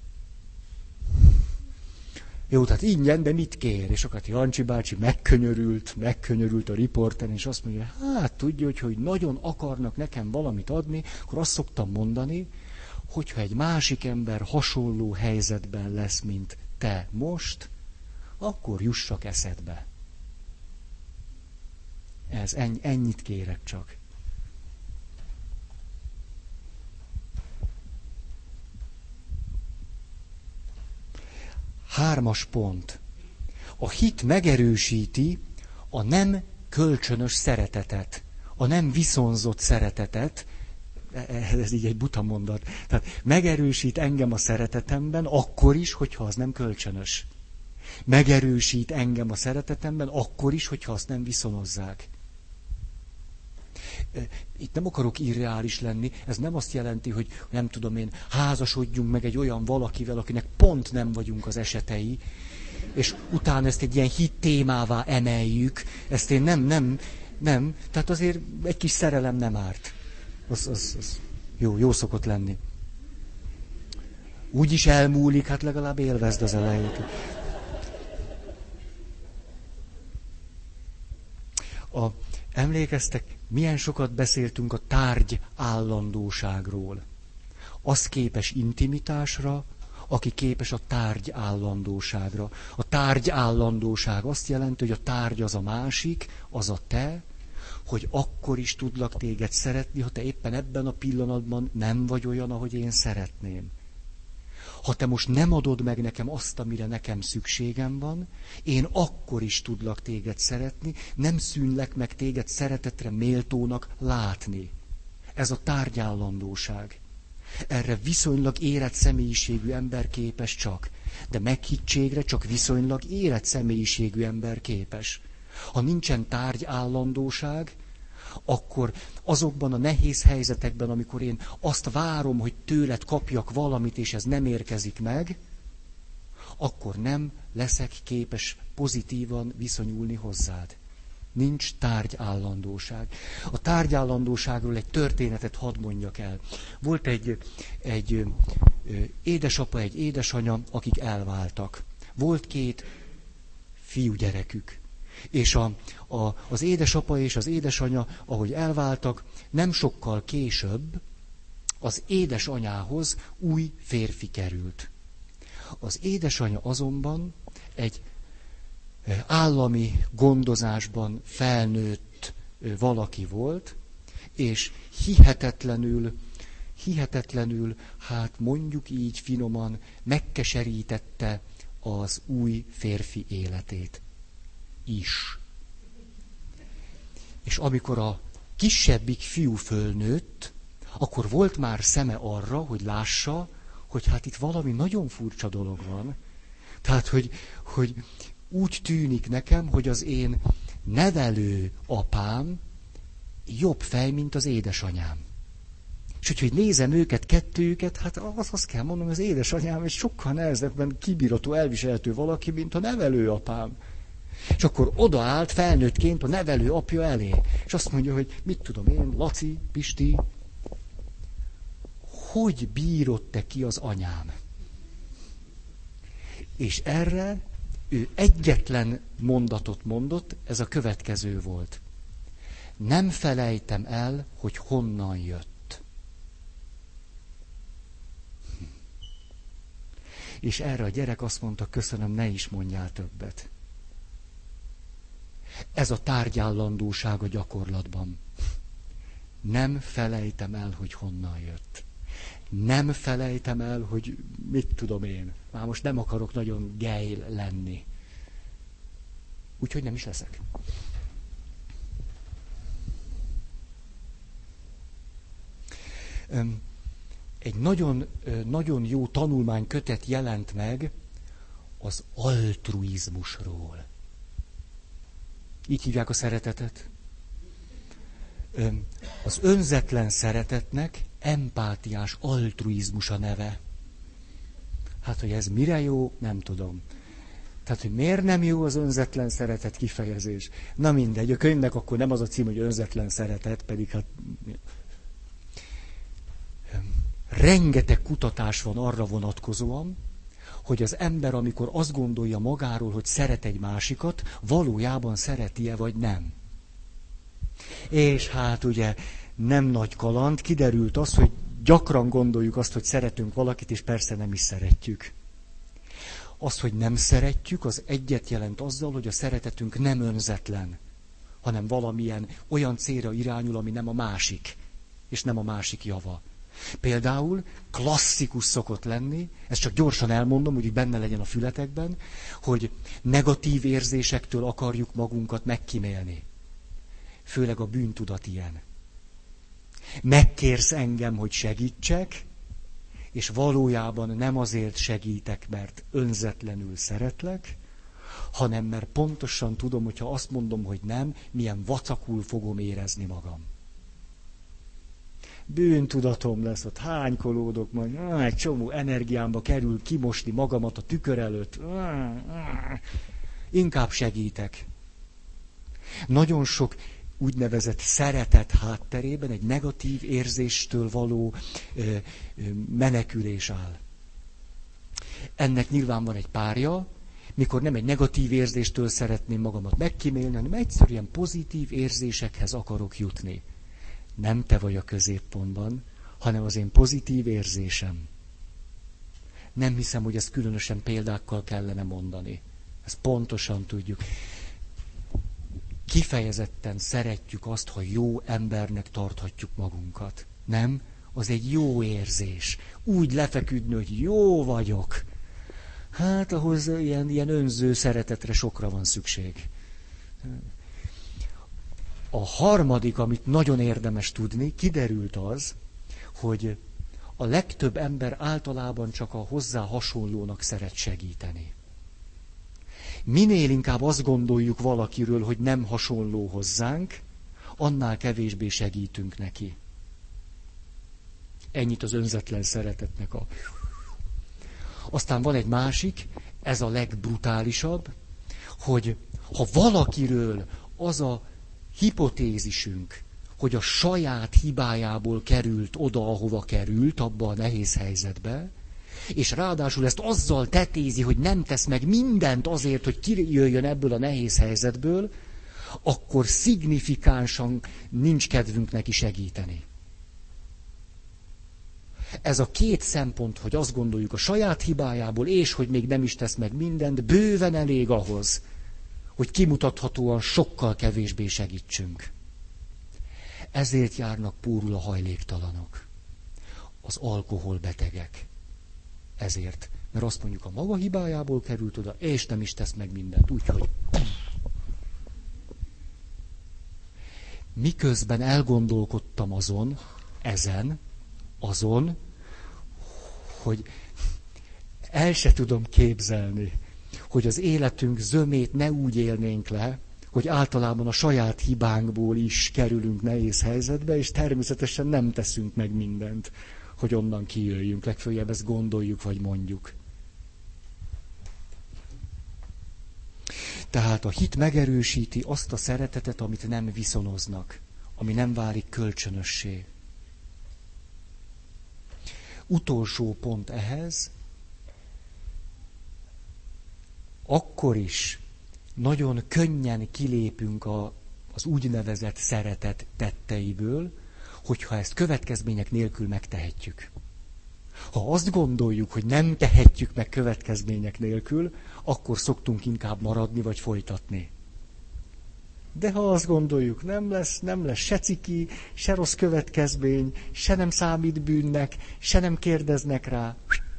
Jó, tehát ingyen, de mit kér? És akkor Jancsi bácsi megkönyörült a riporteren, és azt mondja, hát tudja, hogy nagyon akarnak nekem valamit adni, akkor azt szoktam mondani, hogyha egy másik ember hasonló helyzetben lesz, mint te most, akkor jussak eszedbe. Ennyit kérek csak. Hármas pont. A hit megerősíti a nem kölcsönös szeretetet, a nem viszonzott szeretetet. Ez így egy buta mondat. Tehát megerősít engem a szeretetemben, akkor is, hogyha az nem kölcsönös. Megerősít engem a szeretetemben, akkor is, hogyha azt nem viszonozzák. Itt nem akarok irreális lenni, ez nem azt jelenti, hogy nem tudom én, házasodjunk meg egy olyan valakivel, akinek pont nem vagyunk az esetei, és utána ezt egy ilyen hit témává emeljük. Ezt én nem. Tehát azért egy kis szerelem nem árt. Az jó szokott lenni. Úgy is elmúlik, hát legalább élvezd az elejét. Emlékeztek, milyen sokat beszéltünk a tárgy állandóságról. Az képes intimitásra, aki képes a tárgy állandóságra. A tárgy állandóság azt jelenti, hogy a tárgy az a másik, az a te, hogy akkor is tudlak téged szeretni, ha te éppen ebben a pillanatban nem vagy olyan, ahogy én szeretném. Ha te most nem adod meg nekem azt, amire nekem szükségem van, én akkor is tudlak téged szeretni, nem szűnlek meg téged szeretetre méltónak látni. Ez a tárgyállandóság. Erre viszonylag érett személyiségű ember képes csak, de meghittségre csak viszonylag érett személyiségű ember képes. Ha nincsen tárgyállandóság, akkor azokban a nehéz helyzetekben, amikor én azt várom, hogy tőled kapjak valamit, és ez nem érkezik meg, akkor nem leszek képes pozitívan viszonyulni hozzád. Nincs tárgyállandóság. A tárgyállandóságról egy történetet hadd mondjak el. Volt egy édesapa, egy édesanya, akik elváltak. Volt 2 fiúgyerekük. És az édesapa és az édesanya, ahogy elváltak, nem sokkal később az édesanyához új férfi került. Az édesanya azonban egy állami gondozásban felnőtt valaki volt, és hihetetlenül, hát mondjuk így finoman, megkeserítette az új férfi életét is. És amikor a kisebbik fiú fölnőtt, akkor volt már szeme arra, hogy lássa, hogy hát itt valami nagyon furcsa dolog van. Tehát, hogy úgy tűnik nekem, hogy az én nevelő apám jobb fej, mint az édesanyám. És úgyhogy nézem őket, kettőjüket, hát azt kell mondanom, az édesanyám egy sokkal nehezebben kibírató, elviselhető valaki, mint a nevelő apám. És akkor odaállt felnőttként a nevelő apja elé. És azt mondja, hogy mit tudom én, Laci, Pisti, hogy bírod te ki az anyám? És erre ő egyetlen mondatot mondott, ez a következő volt. Nem felejtem el, hogy honnan jött. És erre a gyerek azt mondta, köszönöm, ne is mondjál többet. Ez a tárgyállandóság a gyakorlatban. Nem felejtem el, hogy honnan jött. nem felejtem el, hogy mit tudom én. Már most nem akarok nagyon gejl lenni. Úgyhogy nem is leszek. Egy nagyon, nagyon jó tanulmánykötet jelent meg az altruizmusról. Így hívják a szeretetet. Az önzetlen szeretetnek empátiás altruizmus a neve. Hát, hogy ez mire jó, nem tudom. Tehát, hogy miért nem jó az önzetlen szeretet kifejezés? Na mindegy, a könyvnek akkor nem az a cím, hogy önzetlen szeretet, pedig hát... Rengeteg kutatás van arra vonatkozóan, hogy az ember, amikor azt gondolja magáról, hogy szeret egy másikat, valójában szereti-e vagy nem. És hát ugye nem nagy kaland, kiderült az, hogy gyakran gondoljuk azt, hogy szeretünk valakit, és persze nem is szeretjük. Az, hogy nem szeretjük, az egyet jelent azzal, hogy a szeretetünk nem önzetlen, hanem valamilyen olyan célra irányul, ami nem a másik, és nem a másik java. Például klasszikus szokott lenni, ezt csak gyorsan elmondom, úgy benne legyen a fületekben, hogy negatív érzésektől akarjuk magunkat megkímélni. Főleg a bűntudat ilyen. Megkérsz engem, hogy segítsek, és valójában nem azért segítek, mert önzetlenül szeretlek, hanem mert pontosan tudom, hogyha azt mondom, hogy nem, milyen vacakul fogom érezni magam. Bűntudatom lesz, ott hánykolódok, majd egy csomó energiámba kerül kimosni magamat a tükör előtt. Inkább segítek. Nagyon sok úgynevezett szeretet hátterében egy negatív érzéstől való menekülés áll. Ennek nyilván van egy párja, mikor nem egy negatív érzéstől szeretném magamat megkímélni, hanem egyszerűen pozitív érzésekhez akarok jutni. Nem te vagy a középpontban, hanem az én pozitív érzésem. Nem hiszem, hogy ezt különösen példákkal kellene mondani. Ezt pontosan tudjuk. Kifejezetten szeretjük azt, ha jó embernek tarthatjuk magunkat. Nem? Az egy jó érzés. Úgy lefeküdni, hogy jó vagyok. Hát ahhoz ilyen önző szeretetre sokra van szükség. A harmadik, amit nagyon érdemes tudni, kiderült az, hogy a legtöbb ember általában csak a hozzá hasonlónak szeret segíteni. Minél inkább azt gondoljuk valakiről, hogy nem hasonló hozzánk, annál kevésbé segítünk neki. Ennyit az önzetlen szeretetnek a... Aztán van egy másik, ez a legbrutálisabb, hogy ha valakiről az a hipotézisünk, hogy a saját hibájából került oda, ahova került, abba a nehéz helyzetbe, és ráadásul ezt azzal tetézi, hogy nem tesz meg mindent azért, hogy kijöjjön ebből a nehéz helyzetből, akkor szignifikánsan nincs kedvünk neki segíteni. Ez a két szempont, hogy azt gondoljuk a saját hibájából, és hogy még nem is tesz meg mindent, bőven elég ahhoz, hogy kimutathatóan sokkal kevésbé segítsünk. Ezért járnak pórul a hajléktalanok, az alkoholbetegek. Ezért, mert azt mondjuk, a maga hibájából került oda, és nem is tesz meg mindent, úgyhogy... Miközben elgondolkodtam azon, hogy el se tudom képzelni, hogy az életünk zömét ne úgy élnénk le, hogy általában a saját hibánkból is kerülünk nehéz helyzetbe, és természetesen nem teszünk meg mindent, hogy onnan kijöjjünk. Legfőjebb ezt gondoljuk, vagy mondjuk. Tehát a hit megerősíti azt a szeretetet, amit nem viszonoznak, ami nem válik kölcsönössé. Utolsó pont ehhez, akkor is nagyon könnyen kilépünk az úgynevezett szeretet tetteiből, hogyha ezt következmények nélkül megtehetjük. Ha azt gondoljuk, hogy nem tehetjük meg következmények nélkül, akkor szoktunk inkább maradni vagy folytatni. De ha azt gondoljuk, nem lesz se ciki, se rossz következmény, se nem számít bűnnek, se nem kérdeznek rá.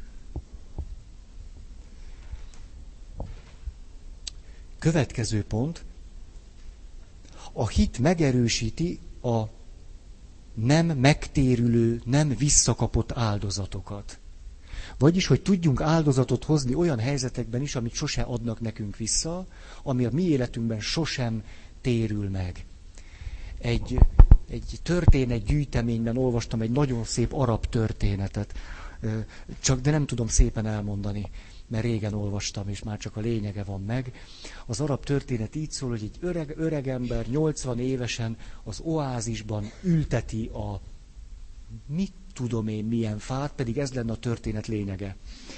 Következő pont. A hit megerősíti a nem megtérülő, nem visszakapott áldozatokat. Vagyis, hogy tudjunk áldozatot hozni olyan helyzetekben is, amit sose adnak nekünk vissza, ami a mi életünkben sosem térül meg. Egy történetgyűjteményben olvastam egy nagyon szép arab történetet, de nem tudom szépen elmondani, mert régen olvastam, és már csak a lényege van meg. Az arab történet így szól, hogy egy öreg ember 80 évesen az oázisban ülteti a mit tudom én milyen fát, pedig ez lenne a történet lényege.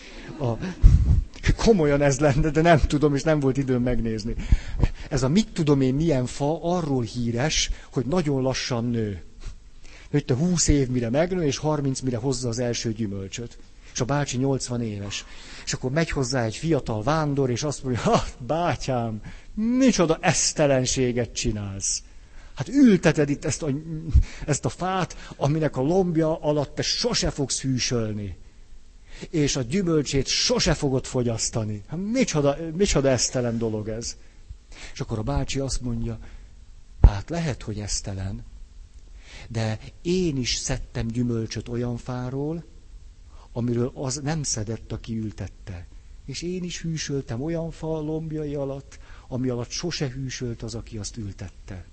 Komolyan ez lenne, de nem tudom, és nem volt időm megnézni. Ez a mit tudom én milyen fa arról híres, hogy nagyon lassan nő. Hogy 20 év mire megnő, és 30 mire hozza az első gyümölcsöt. És a bácsi 80 éves. És akkor megy hozzá egy fiatal vándor, és azt mondja, ha, bátyám, micsoda esztelenséget csinálsz. Hát ülteted itt ezt a fát, aminek a lombja alatt te sose fogsz hűsölni. És a gyümölcsét sose fogod fogyasztani. Hát micsoda esztelen dolog ez. És akkor a bácsi azt mondja, hát lehet, hogy esztelen, de én is szedtem gyümölcsöt olyan fáról, amiről az nem szedett, aki ültette. És én is hűsöltem olyan fa lombjai alatt, ami alatt sose hűsölt az, aki azt ültette.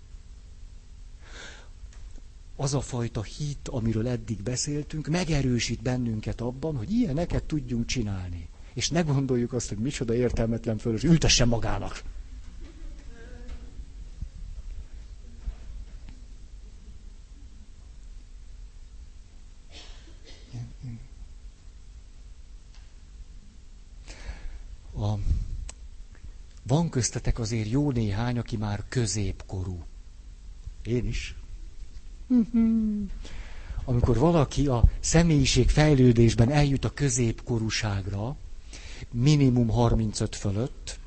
Az a fajta hit, amiről eddig beszéltünk, megerősít bennünket abban, hogy ilyeneket tudjunk csinálni. És ne gondoljuk azt, hogy micsoda értelmetlen fölös, ültessen magának. Van köztetek azért jó néhány, aki már középkorú. Én is. Amikor valaki a személyiség fejlődésben eljut a középkorúságra, minimum 35 fölött,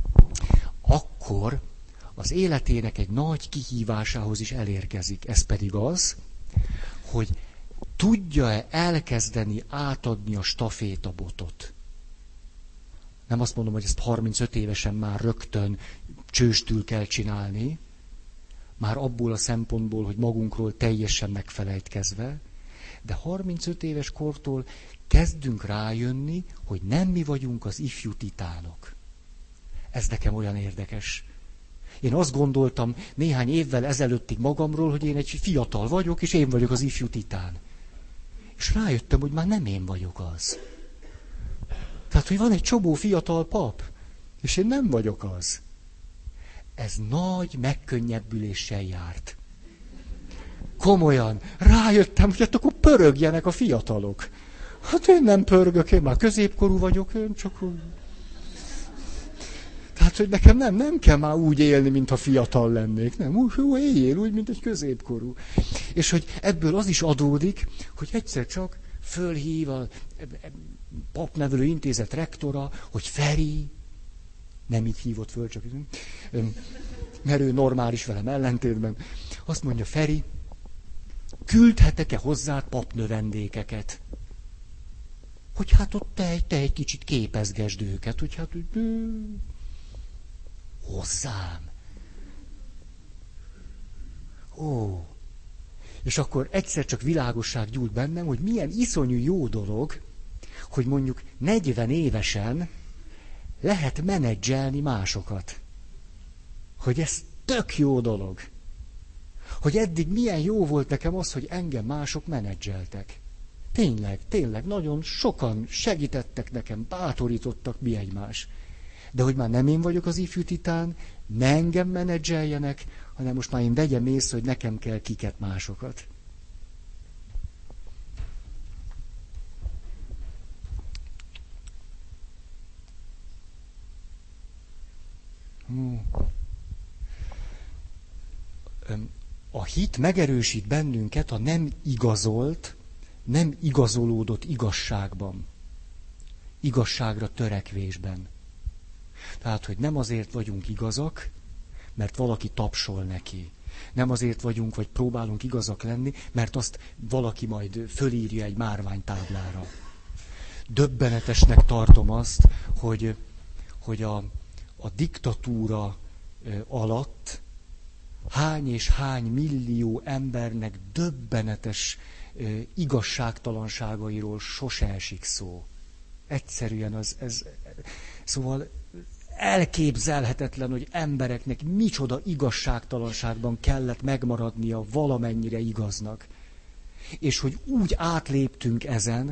akkor az életének egy nagy kihívásához is elérkezik. Ez pedig az, hogy tudja-e elkezdeni átadni a stafétabotot. Nem azt mondom, hogy ezt 35 évesen már rögtön csőstül kell csinálni, már abból a szempontból, hogy magunkról teljesen megfelejtkezve, de 35 éves kortól kezdünk rájönni, hogy nem mi vagyunk az ifjú titánok. Ez nekem olyan érdekes. Én azt gondoltam néhány évvel ezelőttig magamról, hogy én egy fiatal vagyok, és én vagyok az ifjú titán. És rájöttem, hogy már nem én vagyok az. Tehát, hogy van egy csomó fiatal pap, és én nem vagyok az. Ez nagy megkönnyebbüléssel járt. Komolyan. Rájöttem, hogy hát akkor pörögjenek a fiatalok. Hát én nem pörgök, én már középkorú vagyok, én csak... Tehát, hogy nekem nem kell már úgy élni, mintha fiatal lennék. Nem, úgy éljél úgy, mint egy középkorú. És hogy ebből az is adódik, hogy egyszer csak fölhív a papnevelő intézet rektora, hogy Feri, nem így hívott föl, csak mert ő normális velem ellentétben, azt mondja, Feri, küldhetek-e hozzád papnövendékeket? Hogy hát ott te egy kicsit képezgesd őket, hogy hát hozzám. Ó. És akkor egyszer csak világosság gyújt bennem, hogy milyen iszonyú jó dolog, hogy mondjuk 40 évesen lehet menedzselni másokat. Hogy ez tök jó dolog. Hogy eddig milyen jó volt nekem az, hogy engem mások menedzseltek. Tényleg, nagyon sokan segítettek nekem, bátorítottak mi egymás. De hogy már nem én vagyok az ifjú titán, ne engem menedzseljenek, hanem most már én vegyem észre, hogy nekem kell kiket másokat. A hit megerősít bennünket a nem igazolt, nem igazolódott igazságban. Igazságra törekvésben. Tehát, hogy nem azért vagyunk igazak, mert valaki tapsol neki. Nem azért vagyunk, vagy próbálunk igazak lenni, mert azt valaki majd fölírja egy márványtáblára. Döbbenetesnek tartom azt, hogy a diktatúra alatt hány és hány millió embernek döbbenetes igazságtalanságairól sose esik szó. Egyszerűen szóval elképzelhetetlen, hogy embereknek micsoda igazságtalanságban kellett megmaradnia valamennyire igaznak. És hogy úgy átléptünk ezen,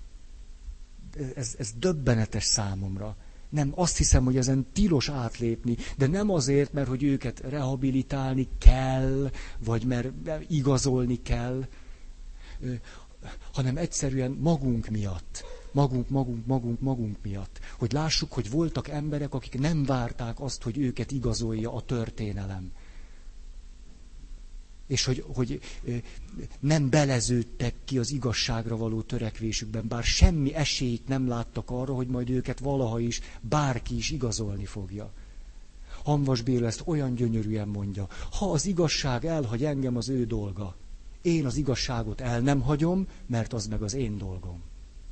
ez döbbenetes számomra. Nem, azt hiszem, hogy ezen tilos átlépni, de nem azért, mert hogy őket rehabilitálni kell, vagy mert igazolni kell, hanem egyszerűen magunk miatt. Magunk miatt. Hogy lássuk, hogy voltak emberek, akik nem várták azt, hogy őket igazolja a történelem. És hogy nem beleződtek ki az igazságra való törekvésükben, bár semmi esélyt nem láttak arra, hogy majd őket valaha is bárki is igazolni fogja. Hamvas Béla ezt olyan gyönyörűen mondja. Ha az igazság elhagy engem, az ő dolga. Én az igazságot el nem hagyom, mert az meg az én dolgom.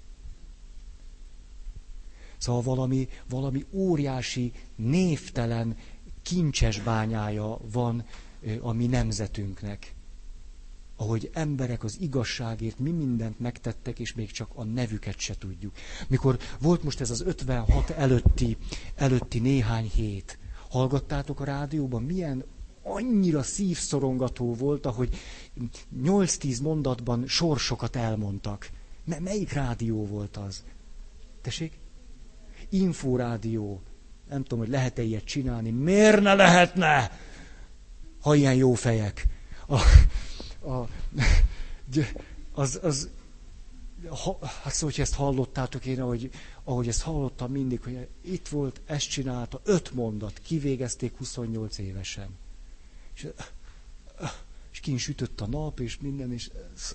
Szóval valami óriási, névtelen, kincses bányája van a mi nemzetünknek. Ahogy emberek az igazságért mi mindent megtettek, és még csak a nevüket se tudjuk. Mikor volt most ez az 56 előtti néhány hét, hallgattátok a rádióban, milyen annyira szívszorongató volt, ahogy 8-10 mondatban sorsokat elmondtak. Melyik rádió volt az? Tessék? Inforádió. Nem tudom, hogy lehet-e ilyet csinálni. Miért ne lehetne? Ha ilyen jó fejek. Hát szóval, hogy ezt hallottátok, én, ahogy ezt hallottam mindig, hogy itt volt, ezt csinálta, 5 mondat, kivégezték 28 évesen. És kint sütött a nap, és minden, és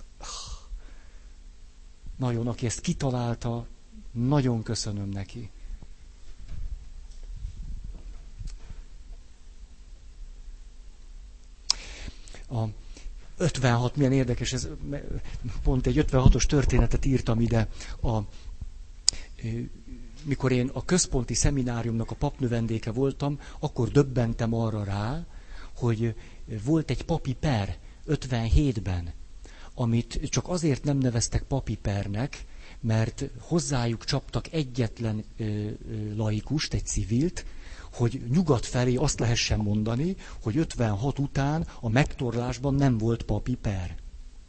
nagyon, aki ezt kitalálta, nagyon köszönöm neki. A 56, milyen érdekes, ez pont egy 56-os történetet írtam ide. Mikor én a központi szemináriumnak a papnövendéke voltam, akkor döbbentem arra rá, hogy volt egy papi per 57-ben, amit csak azért nem neveztek papi pernek, mert hozzájuk csaptak egyetlen laikust, egy civilt, hogy nyugat felé azt lehessen mondani, hogy 56 után a megtorlásban nem volt papi per.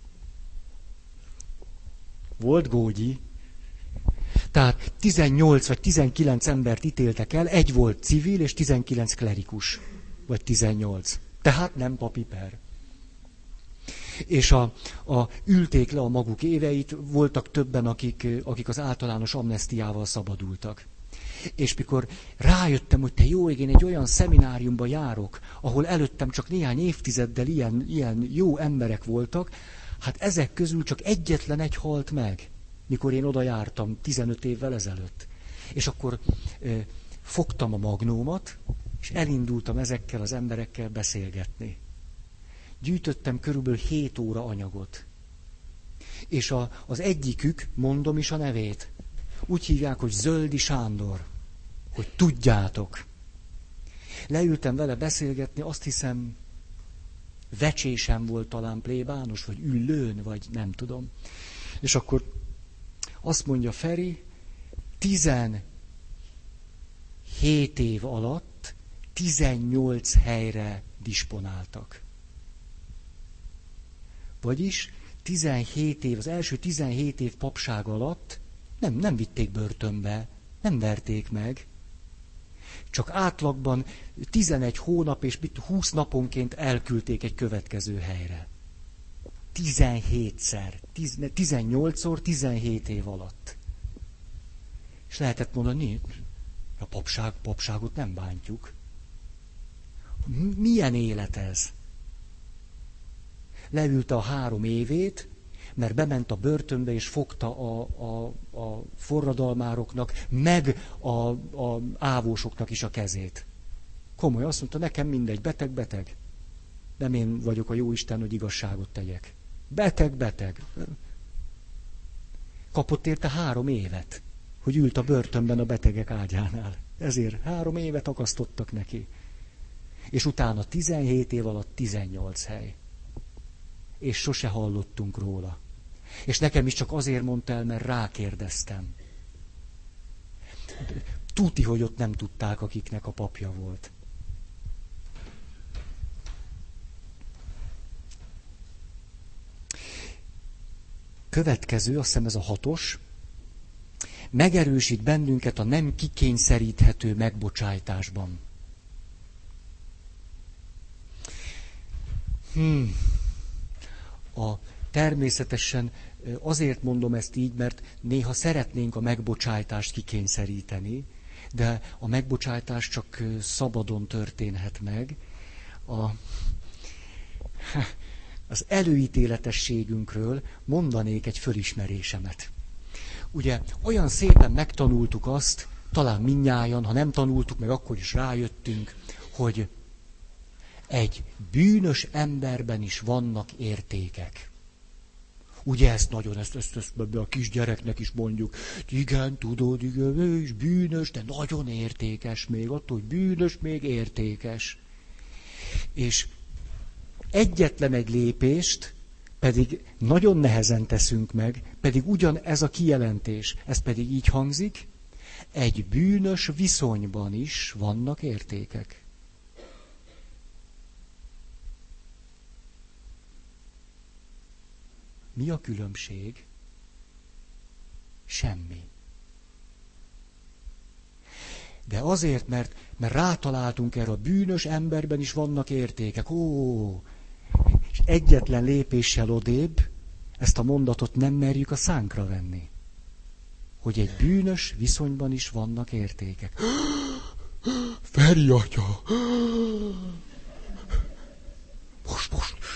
Volt gógyi. Tehát 18 vagy 19 embert ítéltek el, egy volt civil és 19 klerikus. Vagy 18. Tehát nem papi per. És ülték le a maguk éveit, voltak többen, akik az általános amnesztiával szabadultak. És mikor rájöttem, hogy te jó ég, én egy olyan szemináriumba járok, ahol előttem csak néhány évtizeddel ilyen jó emberek voltak, hát ezek közül csak egyetlen egy halt meg, mikor én oda jártam 15 évvel ezelőtt. És akkor fogtam a magnómat, és elindultam ezekkel az emberekkel beszélgetni. Gyűjtöttem körülbelül 7 óra anyagot. És az egyikük, mondom is a nevét, úgy hívják, hogy Zöldi Sándor, hogy tudjátok. Leültem vele beszélgetni, azt hiszem, Vecsésem volt talán plébános, vagy Üllőn, vagy nem tudom. És akkor azt mondja Feri, 17 év alatt 18 helyre disponáltak. Vagyis 17 év, az első 17 év papság alatt nem vitték börtönbe, nem verték meg. Csak átlagban 11 hónap és 20 naponként elküldték egy következő helyre. 17-szer, 18-szor, 17 év alatt. És lehetett mondani, a papságot nem bántjuk. Milyen élet ez? Leülte a 3 évét, mert bement a börtönbe, és fogta a forradalmároknak, meg a ávósoknak is a kezét. Komoly, azt mondta, nekem mindegy, beteg. Nem én vagyok a jóisten, hogy igazságot tegyek. Beteg. Kapott érte 3 évet, hogy ült a börtönben a betegek ágyánál. Ezért 3 évet akasztottak neki. És utána 17 év alatt 18 hely. És sose hallottunk róla. És nekem is csak azért mondta el, mert rákérdeztem. Tuti, hogy ott nem tudták, akiknek a papja volt. Következő, azt hiszem ez a 6-os. Megerősít bennünket a nem kikényszeríthető megbocsájtásban. Természetesen azért mondom ezt így, mert néha szeretnénk a megbocsájtást kikényszeríteni, de a megbocsájtás csak szabadon történhet meg. Az előítéletességünkről mondanék egy fölismerésemet. Ugye olyan szépen megtanultuk azt, talán mindnyájan, ha nem tanultuk meg, akkor is rájöttünk, hogy egy bűnös emberben is vannak értékek. Ugye ezt nagyon, ezt a kisgyereknek is mondjuk, igen, tudod, igen, ő is bűnös, de nagyon értékes még, attól, hogy bűnös, még értékes. És egyetlen egy lépést pedig nagyon nehezen teszünk meg, pedig ugyanez a kijelentés, ez pedig így hangzik, egy bűnös viszonyban is vannak értékek. Mi a különbség? Semmi. De azért, mert rátaláltunk erre, a bűnös emberben is vannak értékek. És egyetlen lépéssel odébb ezt a mondatot nem merjük a szánkra venni. Hogy egy bűnös viszonyban is vannak értékek. Feri atya! Most!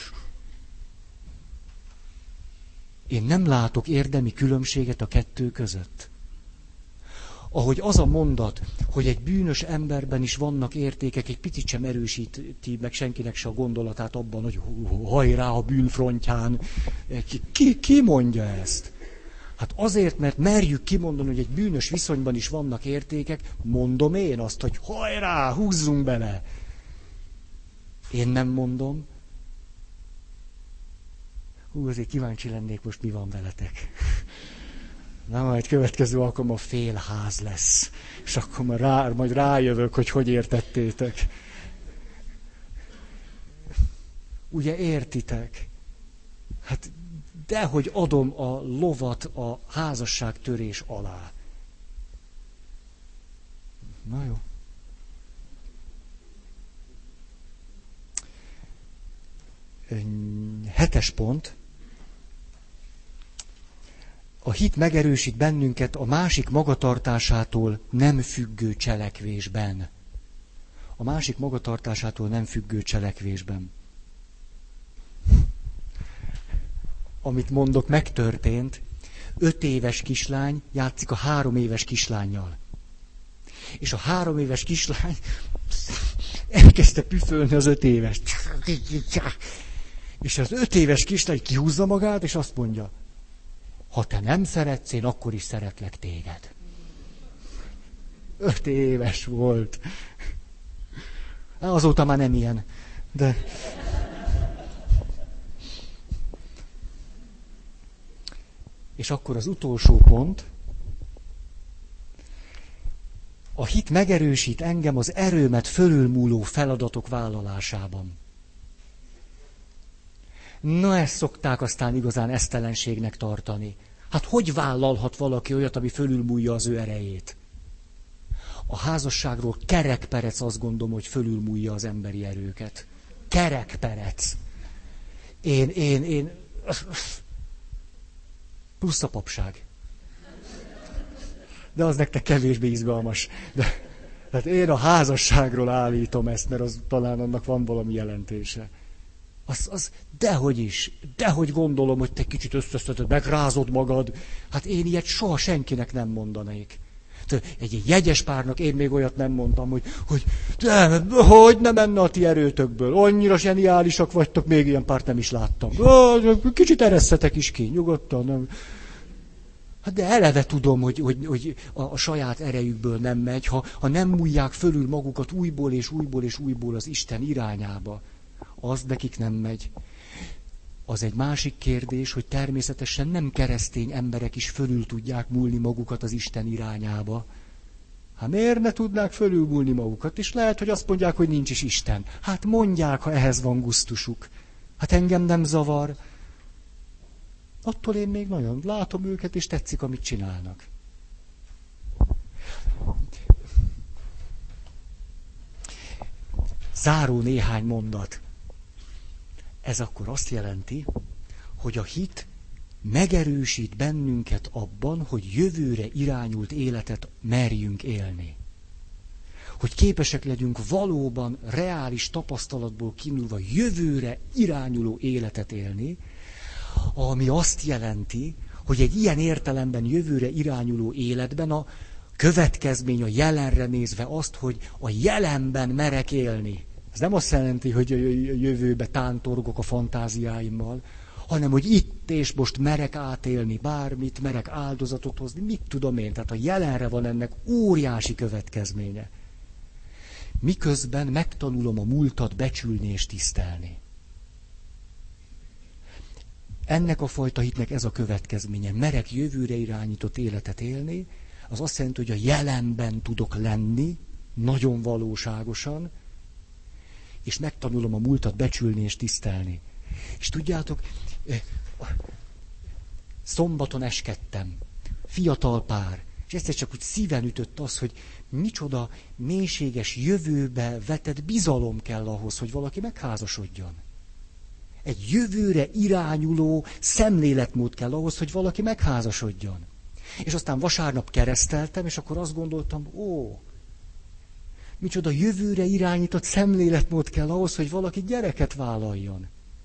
Én nem látok érdemi különbséget a kettő között. Ahogy az a mondat, hogy egy bűnös emberben is vannak értékek, egy picit sem erősíti meg senkinek se a gondolatát abban, hogy hajrá a bűnfrontján. Ki mondja ezt? Hát azért, mert merjük kimondani, hogy egy bűnös viszonyban is vannak értékek, mondom én azt, hogy hajrá, húzzunk bele. Én nem mondom. Azért kíváncsi lennék most, mi van veletek. Na, majd következő alkalommal félház lesz. És akkor majd rájövök, hogy értettétek. Ugye értitek? Hát dehogy adom a lovat a házasságtörés alá. Na jó. Hetes pont. A hit megerősít bennünket a másik magatartásától nem függő cselekvésben. A másik magatartásától nem függő cselekvésben. Amit mondok, megtörtént. 5 éves kislány játszik a 3 éves kislánnyal. És a 3 éves kislány elkezdte püfölni az 5 évest. És az 5 éves kislány kihúzza magát, és azt mondja, ha te nem szeretsz, én akkor is szeretlek téged. 5 éves volt. Azóta már nem ilyen. De... És akkor az utolsó pont. A hit megerősít engem az erőmet fölülmúló feladatok vállalásában. Na, ezt szokták aztán igazán esztelenségnek tartani. Hát hogy vállalhat valaki olyat, ami fölülmúlja az ő erejét? A házasságról kerekperec azt gondolom, hogy fölülmúlja az emberi erőket. Kerekperec. Én... Plusz a papság. De az nektek kevésbé izgalmas. Tehát én a házasságról állítom ezt, mert az talán annak van valami jelentése. Dehogy gondolom, hogy te kicsit összeszeded, megrázod magad. Hát én ilyet soha senkinek nem mondanék. Egy jegyes párnak én még olyat nem mondtam, hogy nem menne a ti erőtökből. Annyira zseniálisak vagytok, még ilyen párt nem is láttam. Kicsit eresszetek is ki, nyugodtan. Nem. Hát de eleve tudom, hogy a saját erejükből nem megy, ha nem múlják fölül magukat újból és újból és újból az Isten irányába, az nekik nem megy. Az egy másik kérdés, hogy természetesen nem keresztény emberek is fölül tudják múlni magukat az Isten irányába. Hát miért ne tudnák fölülmúlni magukat? És lehet, hogy azt mondják, hogy nincs is Isten. Hát mondják, ha ehhez van gusztusuk. Hát engem nem zavar. Attól én még nagyon látom őket, és tetszik, amit csinálnak. Záró néhány mondat. Ez akkor azt jelenti, hogy a hit megerősít bennünket abban, hogy jövőre irányult életet merjünk élni. Hogy képesek legyünk valóban reális tapasztalatból kiindulva jövőre irányuló életet élni, ami azt jelenti, hogy egy ilyen értelemben jövőre irányuló életben a következmény a jelenre nézve azt, hogy a jelenben merek élni. Ez nem azt jelenti, hogy a jövőbe tántorgok a fantáziáimmal, hanem hogy itt és most merek átélni bármit, merek áldozatot hozni, mit tudom én. Tehát a jelenre van ennek óriási következménye. Miközben megtanulom a múltat becsülni és tisztelni. Ennek a fajta hitnek ez a következménye. Merek jövőre irányított életet élni, az azt jelenti, hogy a jelenben tudok lenni, nagyon valóságosan, és megtanulom a múltat becsülni és tisztelni. És tudjátok, szombaton eskedtem, fiatal pár, és egyszer csak úgy szíven ütött az, hogy micsoda mélységes jövőbe vetett bizalom kell ahhoz, hogy valaki megházasodjon. Egy jövőre irányuló szemléletmód kell ahhoz, hogy valaki megházasodjon. És aztán vasárnap kereszteltem, és akkor azt gondoltam, micsoda jövőre irányított szemléletmód kell ahhoz, hogy valaki gyereket vállaljon.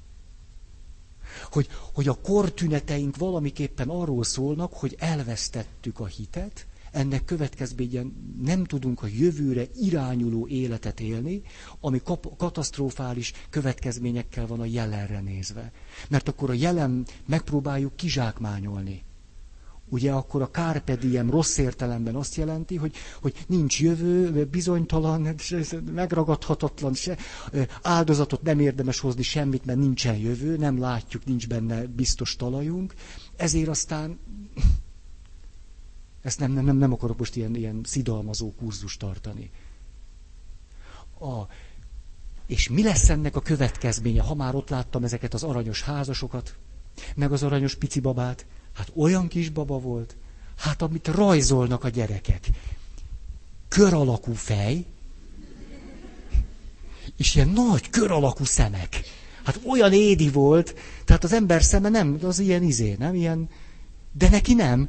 Hogy a kortüneteink valamiképpen arról szólnak, hogy elvesztettük a hitet, ennek következményen nem tudunk a jövőre irányuló életet élni, ami katasztrofális következményekkel van a jelenre nézve. Mert akkor a jelen megpróbáljuk kizsákmányolni. Ugye akkor a carpe diem rossz értelemben azt jelenti, hogy nincs jövő, bizonytalan, megragadhatatlan, áldozatot nem érdemes hozni semmit, mert nincsen jövő, nem látjuk, nincs benne biztos talajunk. Ezért aztán, ezt nem akarok most ilyen szidalmazó kurzust tartani. És mi lesz ennek a következménye, ha már ott láttam ezeket az aranyos házasokat, meg az aranyos pici babát? Hát olyan kis baba volt, hát amit rajzolnak a gyerekek. Kör alakú fej, és ilyen nagy kör alakú szemek. Hát olyan édi volt, tehát az ember szeme nem, az ilyen nem ilyen, de neki nem.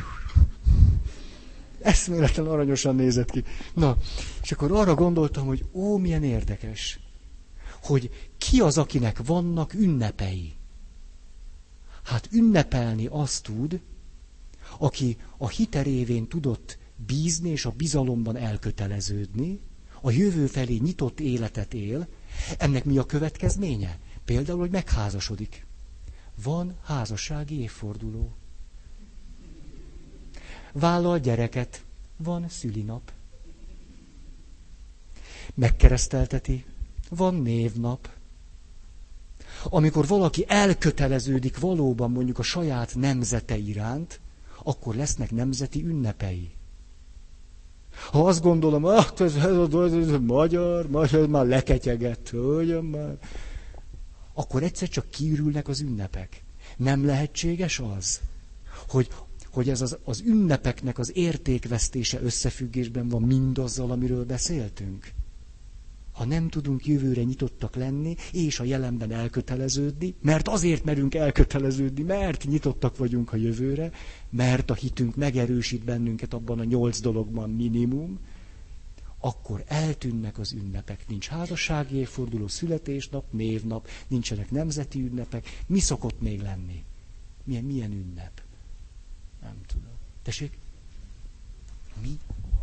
Eszméletlen aranyosan nézett ki. Na, és akkor arra gondoltam, hogy milyen érdekes, hogy ki az, akinek vannak ünnepei. Hát ünnepelni azt tud, aki a hite révén tudott bízni és a bizalomban elköteleződni, a jövő felé nyitott életet él. Ennek mi a következménye? Például, hogy megházasodik. Van házassági évforduló. Vállal gyereket. Van szülinap. Megkeresztelteti. Van névnap. Amikor valaki elköteleződik valóban mondjuk a saját nemzete iránt, akkor lesznek nemzeti ünnepei. Ha azt gondolom, ez magyar, már leketyegett, hölgyem már, akkor egyszer csak kiürülnek az ünnepek. Nem lehetséges az, hogy ez az ünnepeknek az értékvesztése összefüggésben van mindazzal, amiről beszéltünk? Ha nem tudunk jövőre nyitottak lenni, és a jelenben elköteleződni, mert azért merünk elköteleződni, mert nyitottak vagyunk a jövőre, mert a hitünk megerősít bennünket abban a 8 dologban minimum, akkor eltűnnek az ünnepek. Nincs házassági évforduló, születésnap, névnap, nincsenek nemzeti ünnepek. Mi szokott még lenni? Milyen ünnep? Nem tudom. Tessék? Mi?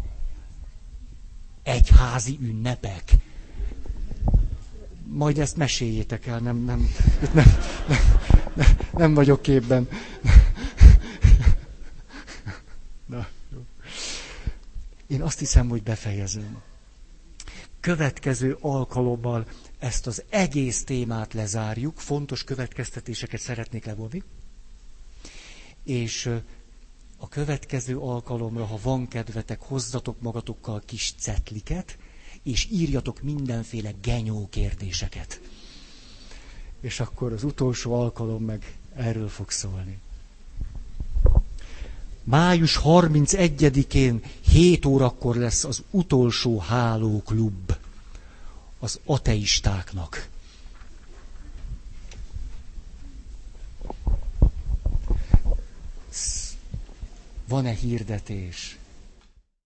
Egyházi ünnepek. Majd ezt meséljétek el, nem vagyok képben. Na, jó. Én azt hiszem, hogy befejezem. Következő alkalommal ezt az egész témát lezárjuk, fontos következtetéseket szeretnék levonni, és a következő alkalomra, ha van kedvetek, hozzatok magatokkal kis cetliket, és írjatok mindenféle genyó kérdéseket. És akkor az utolsó alkalom meg erről fog szólni. Május 31-én 7 órakor lesz az utolsó hálóklub az ateistáknak. Van-e hirdetés?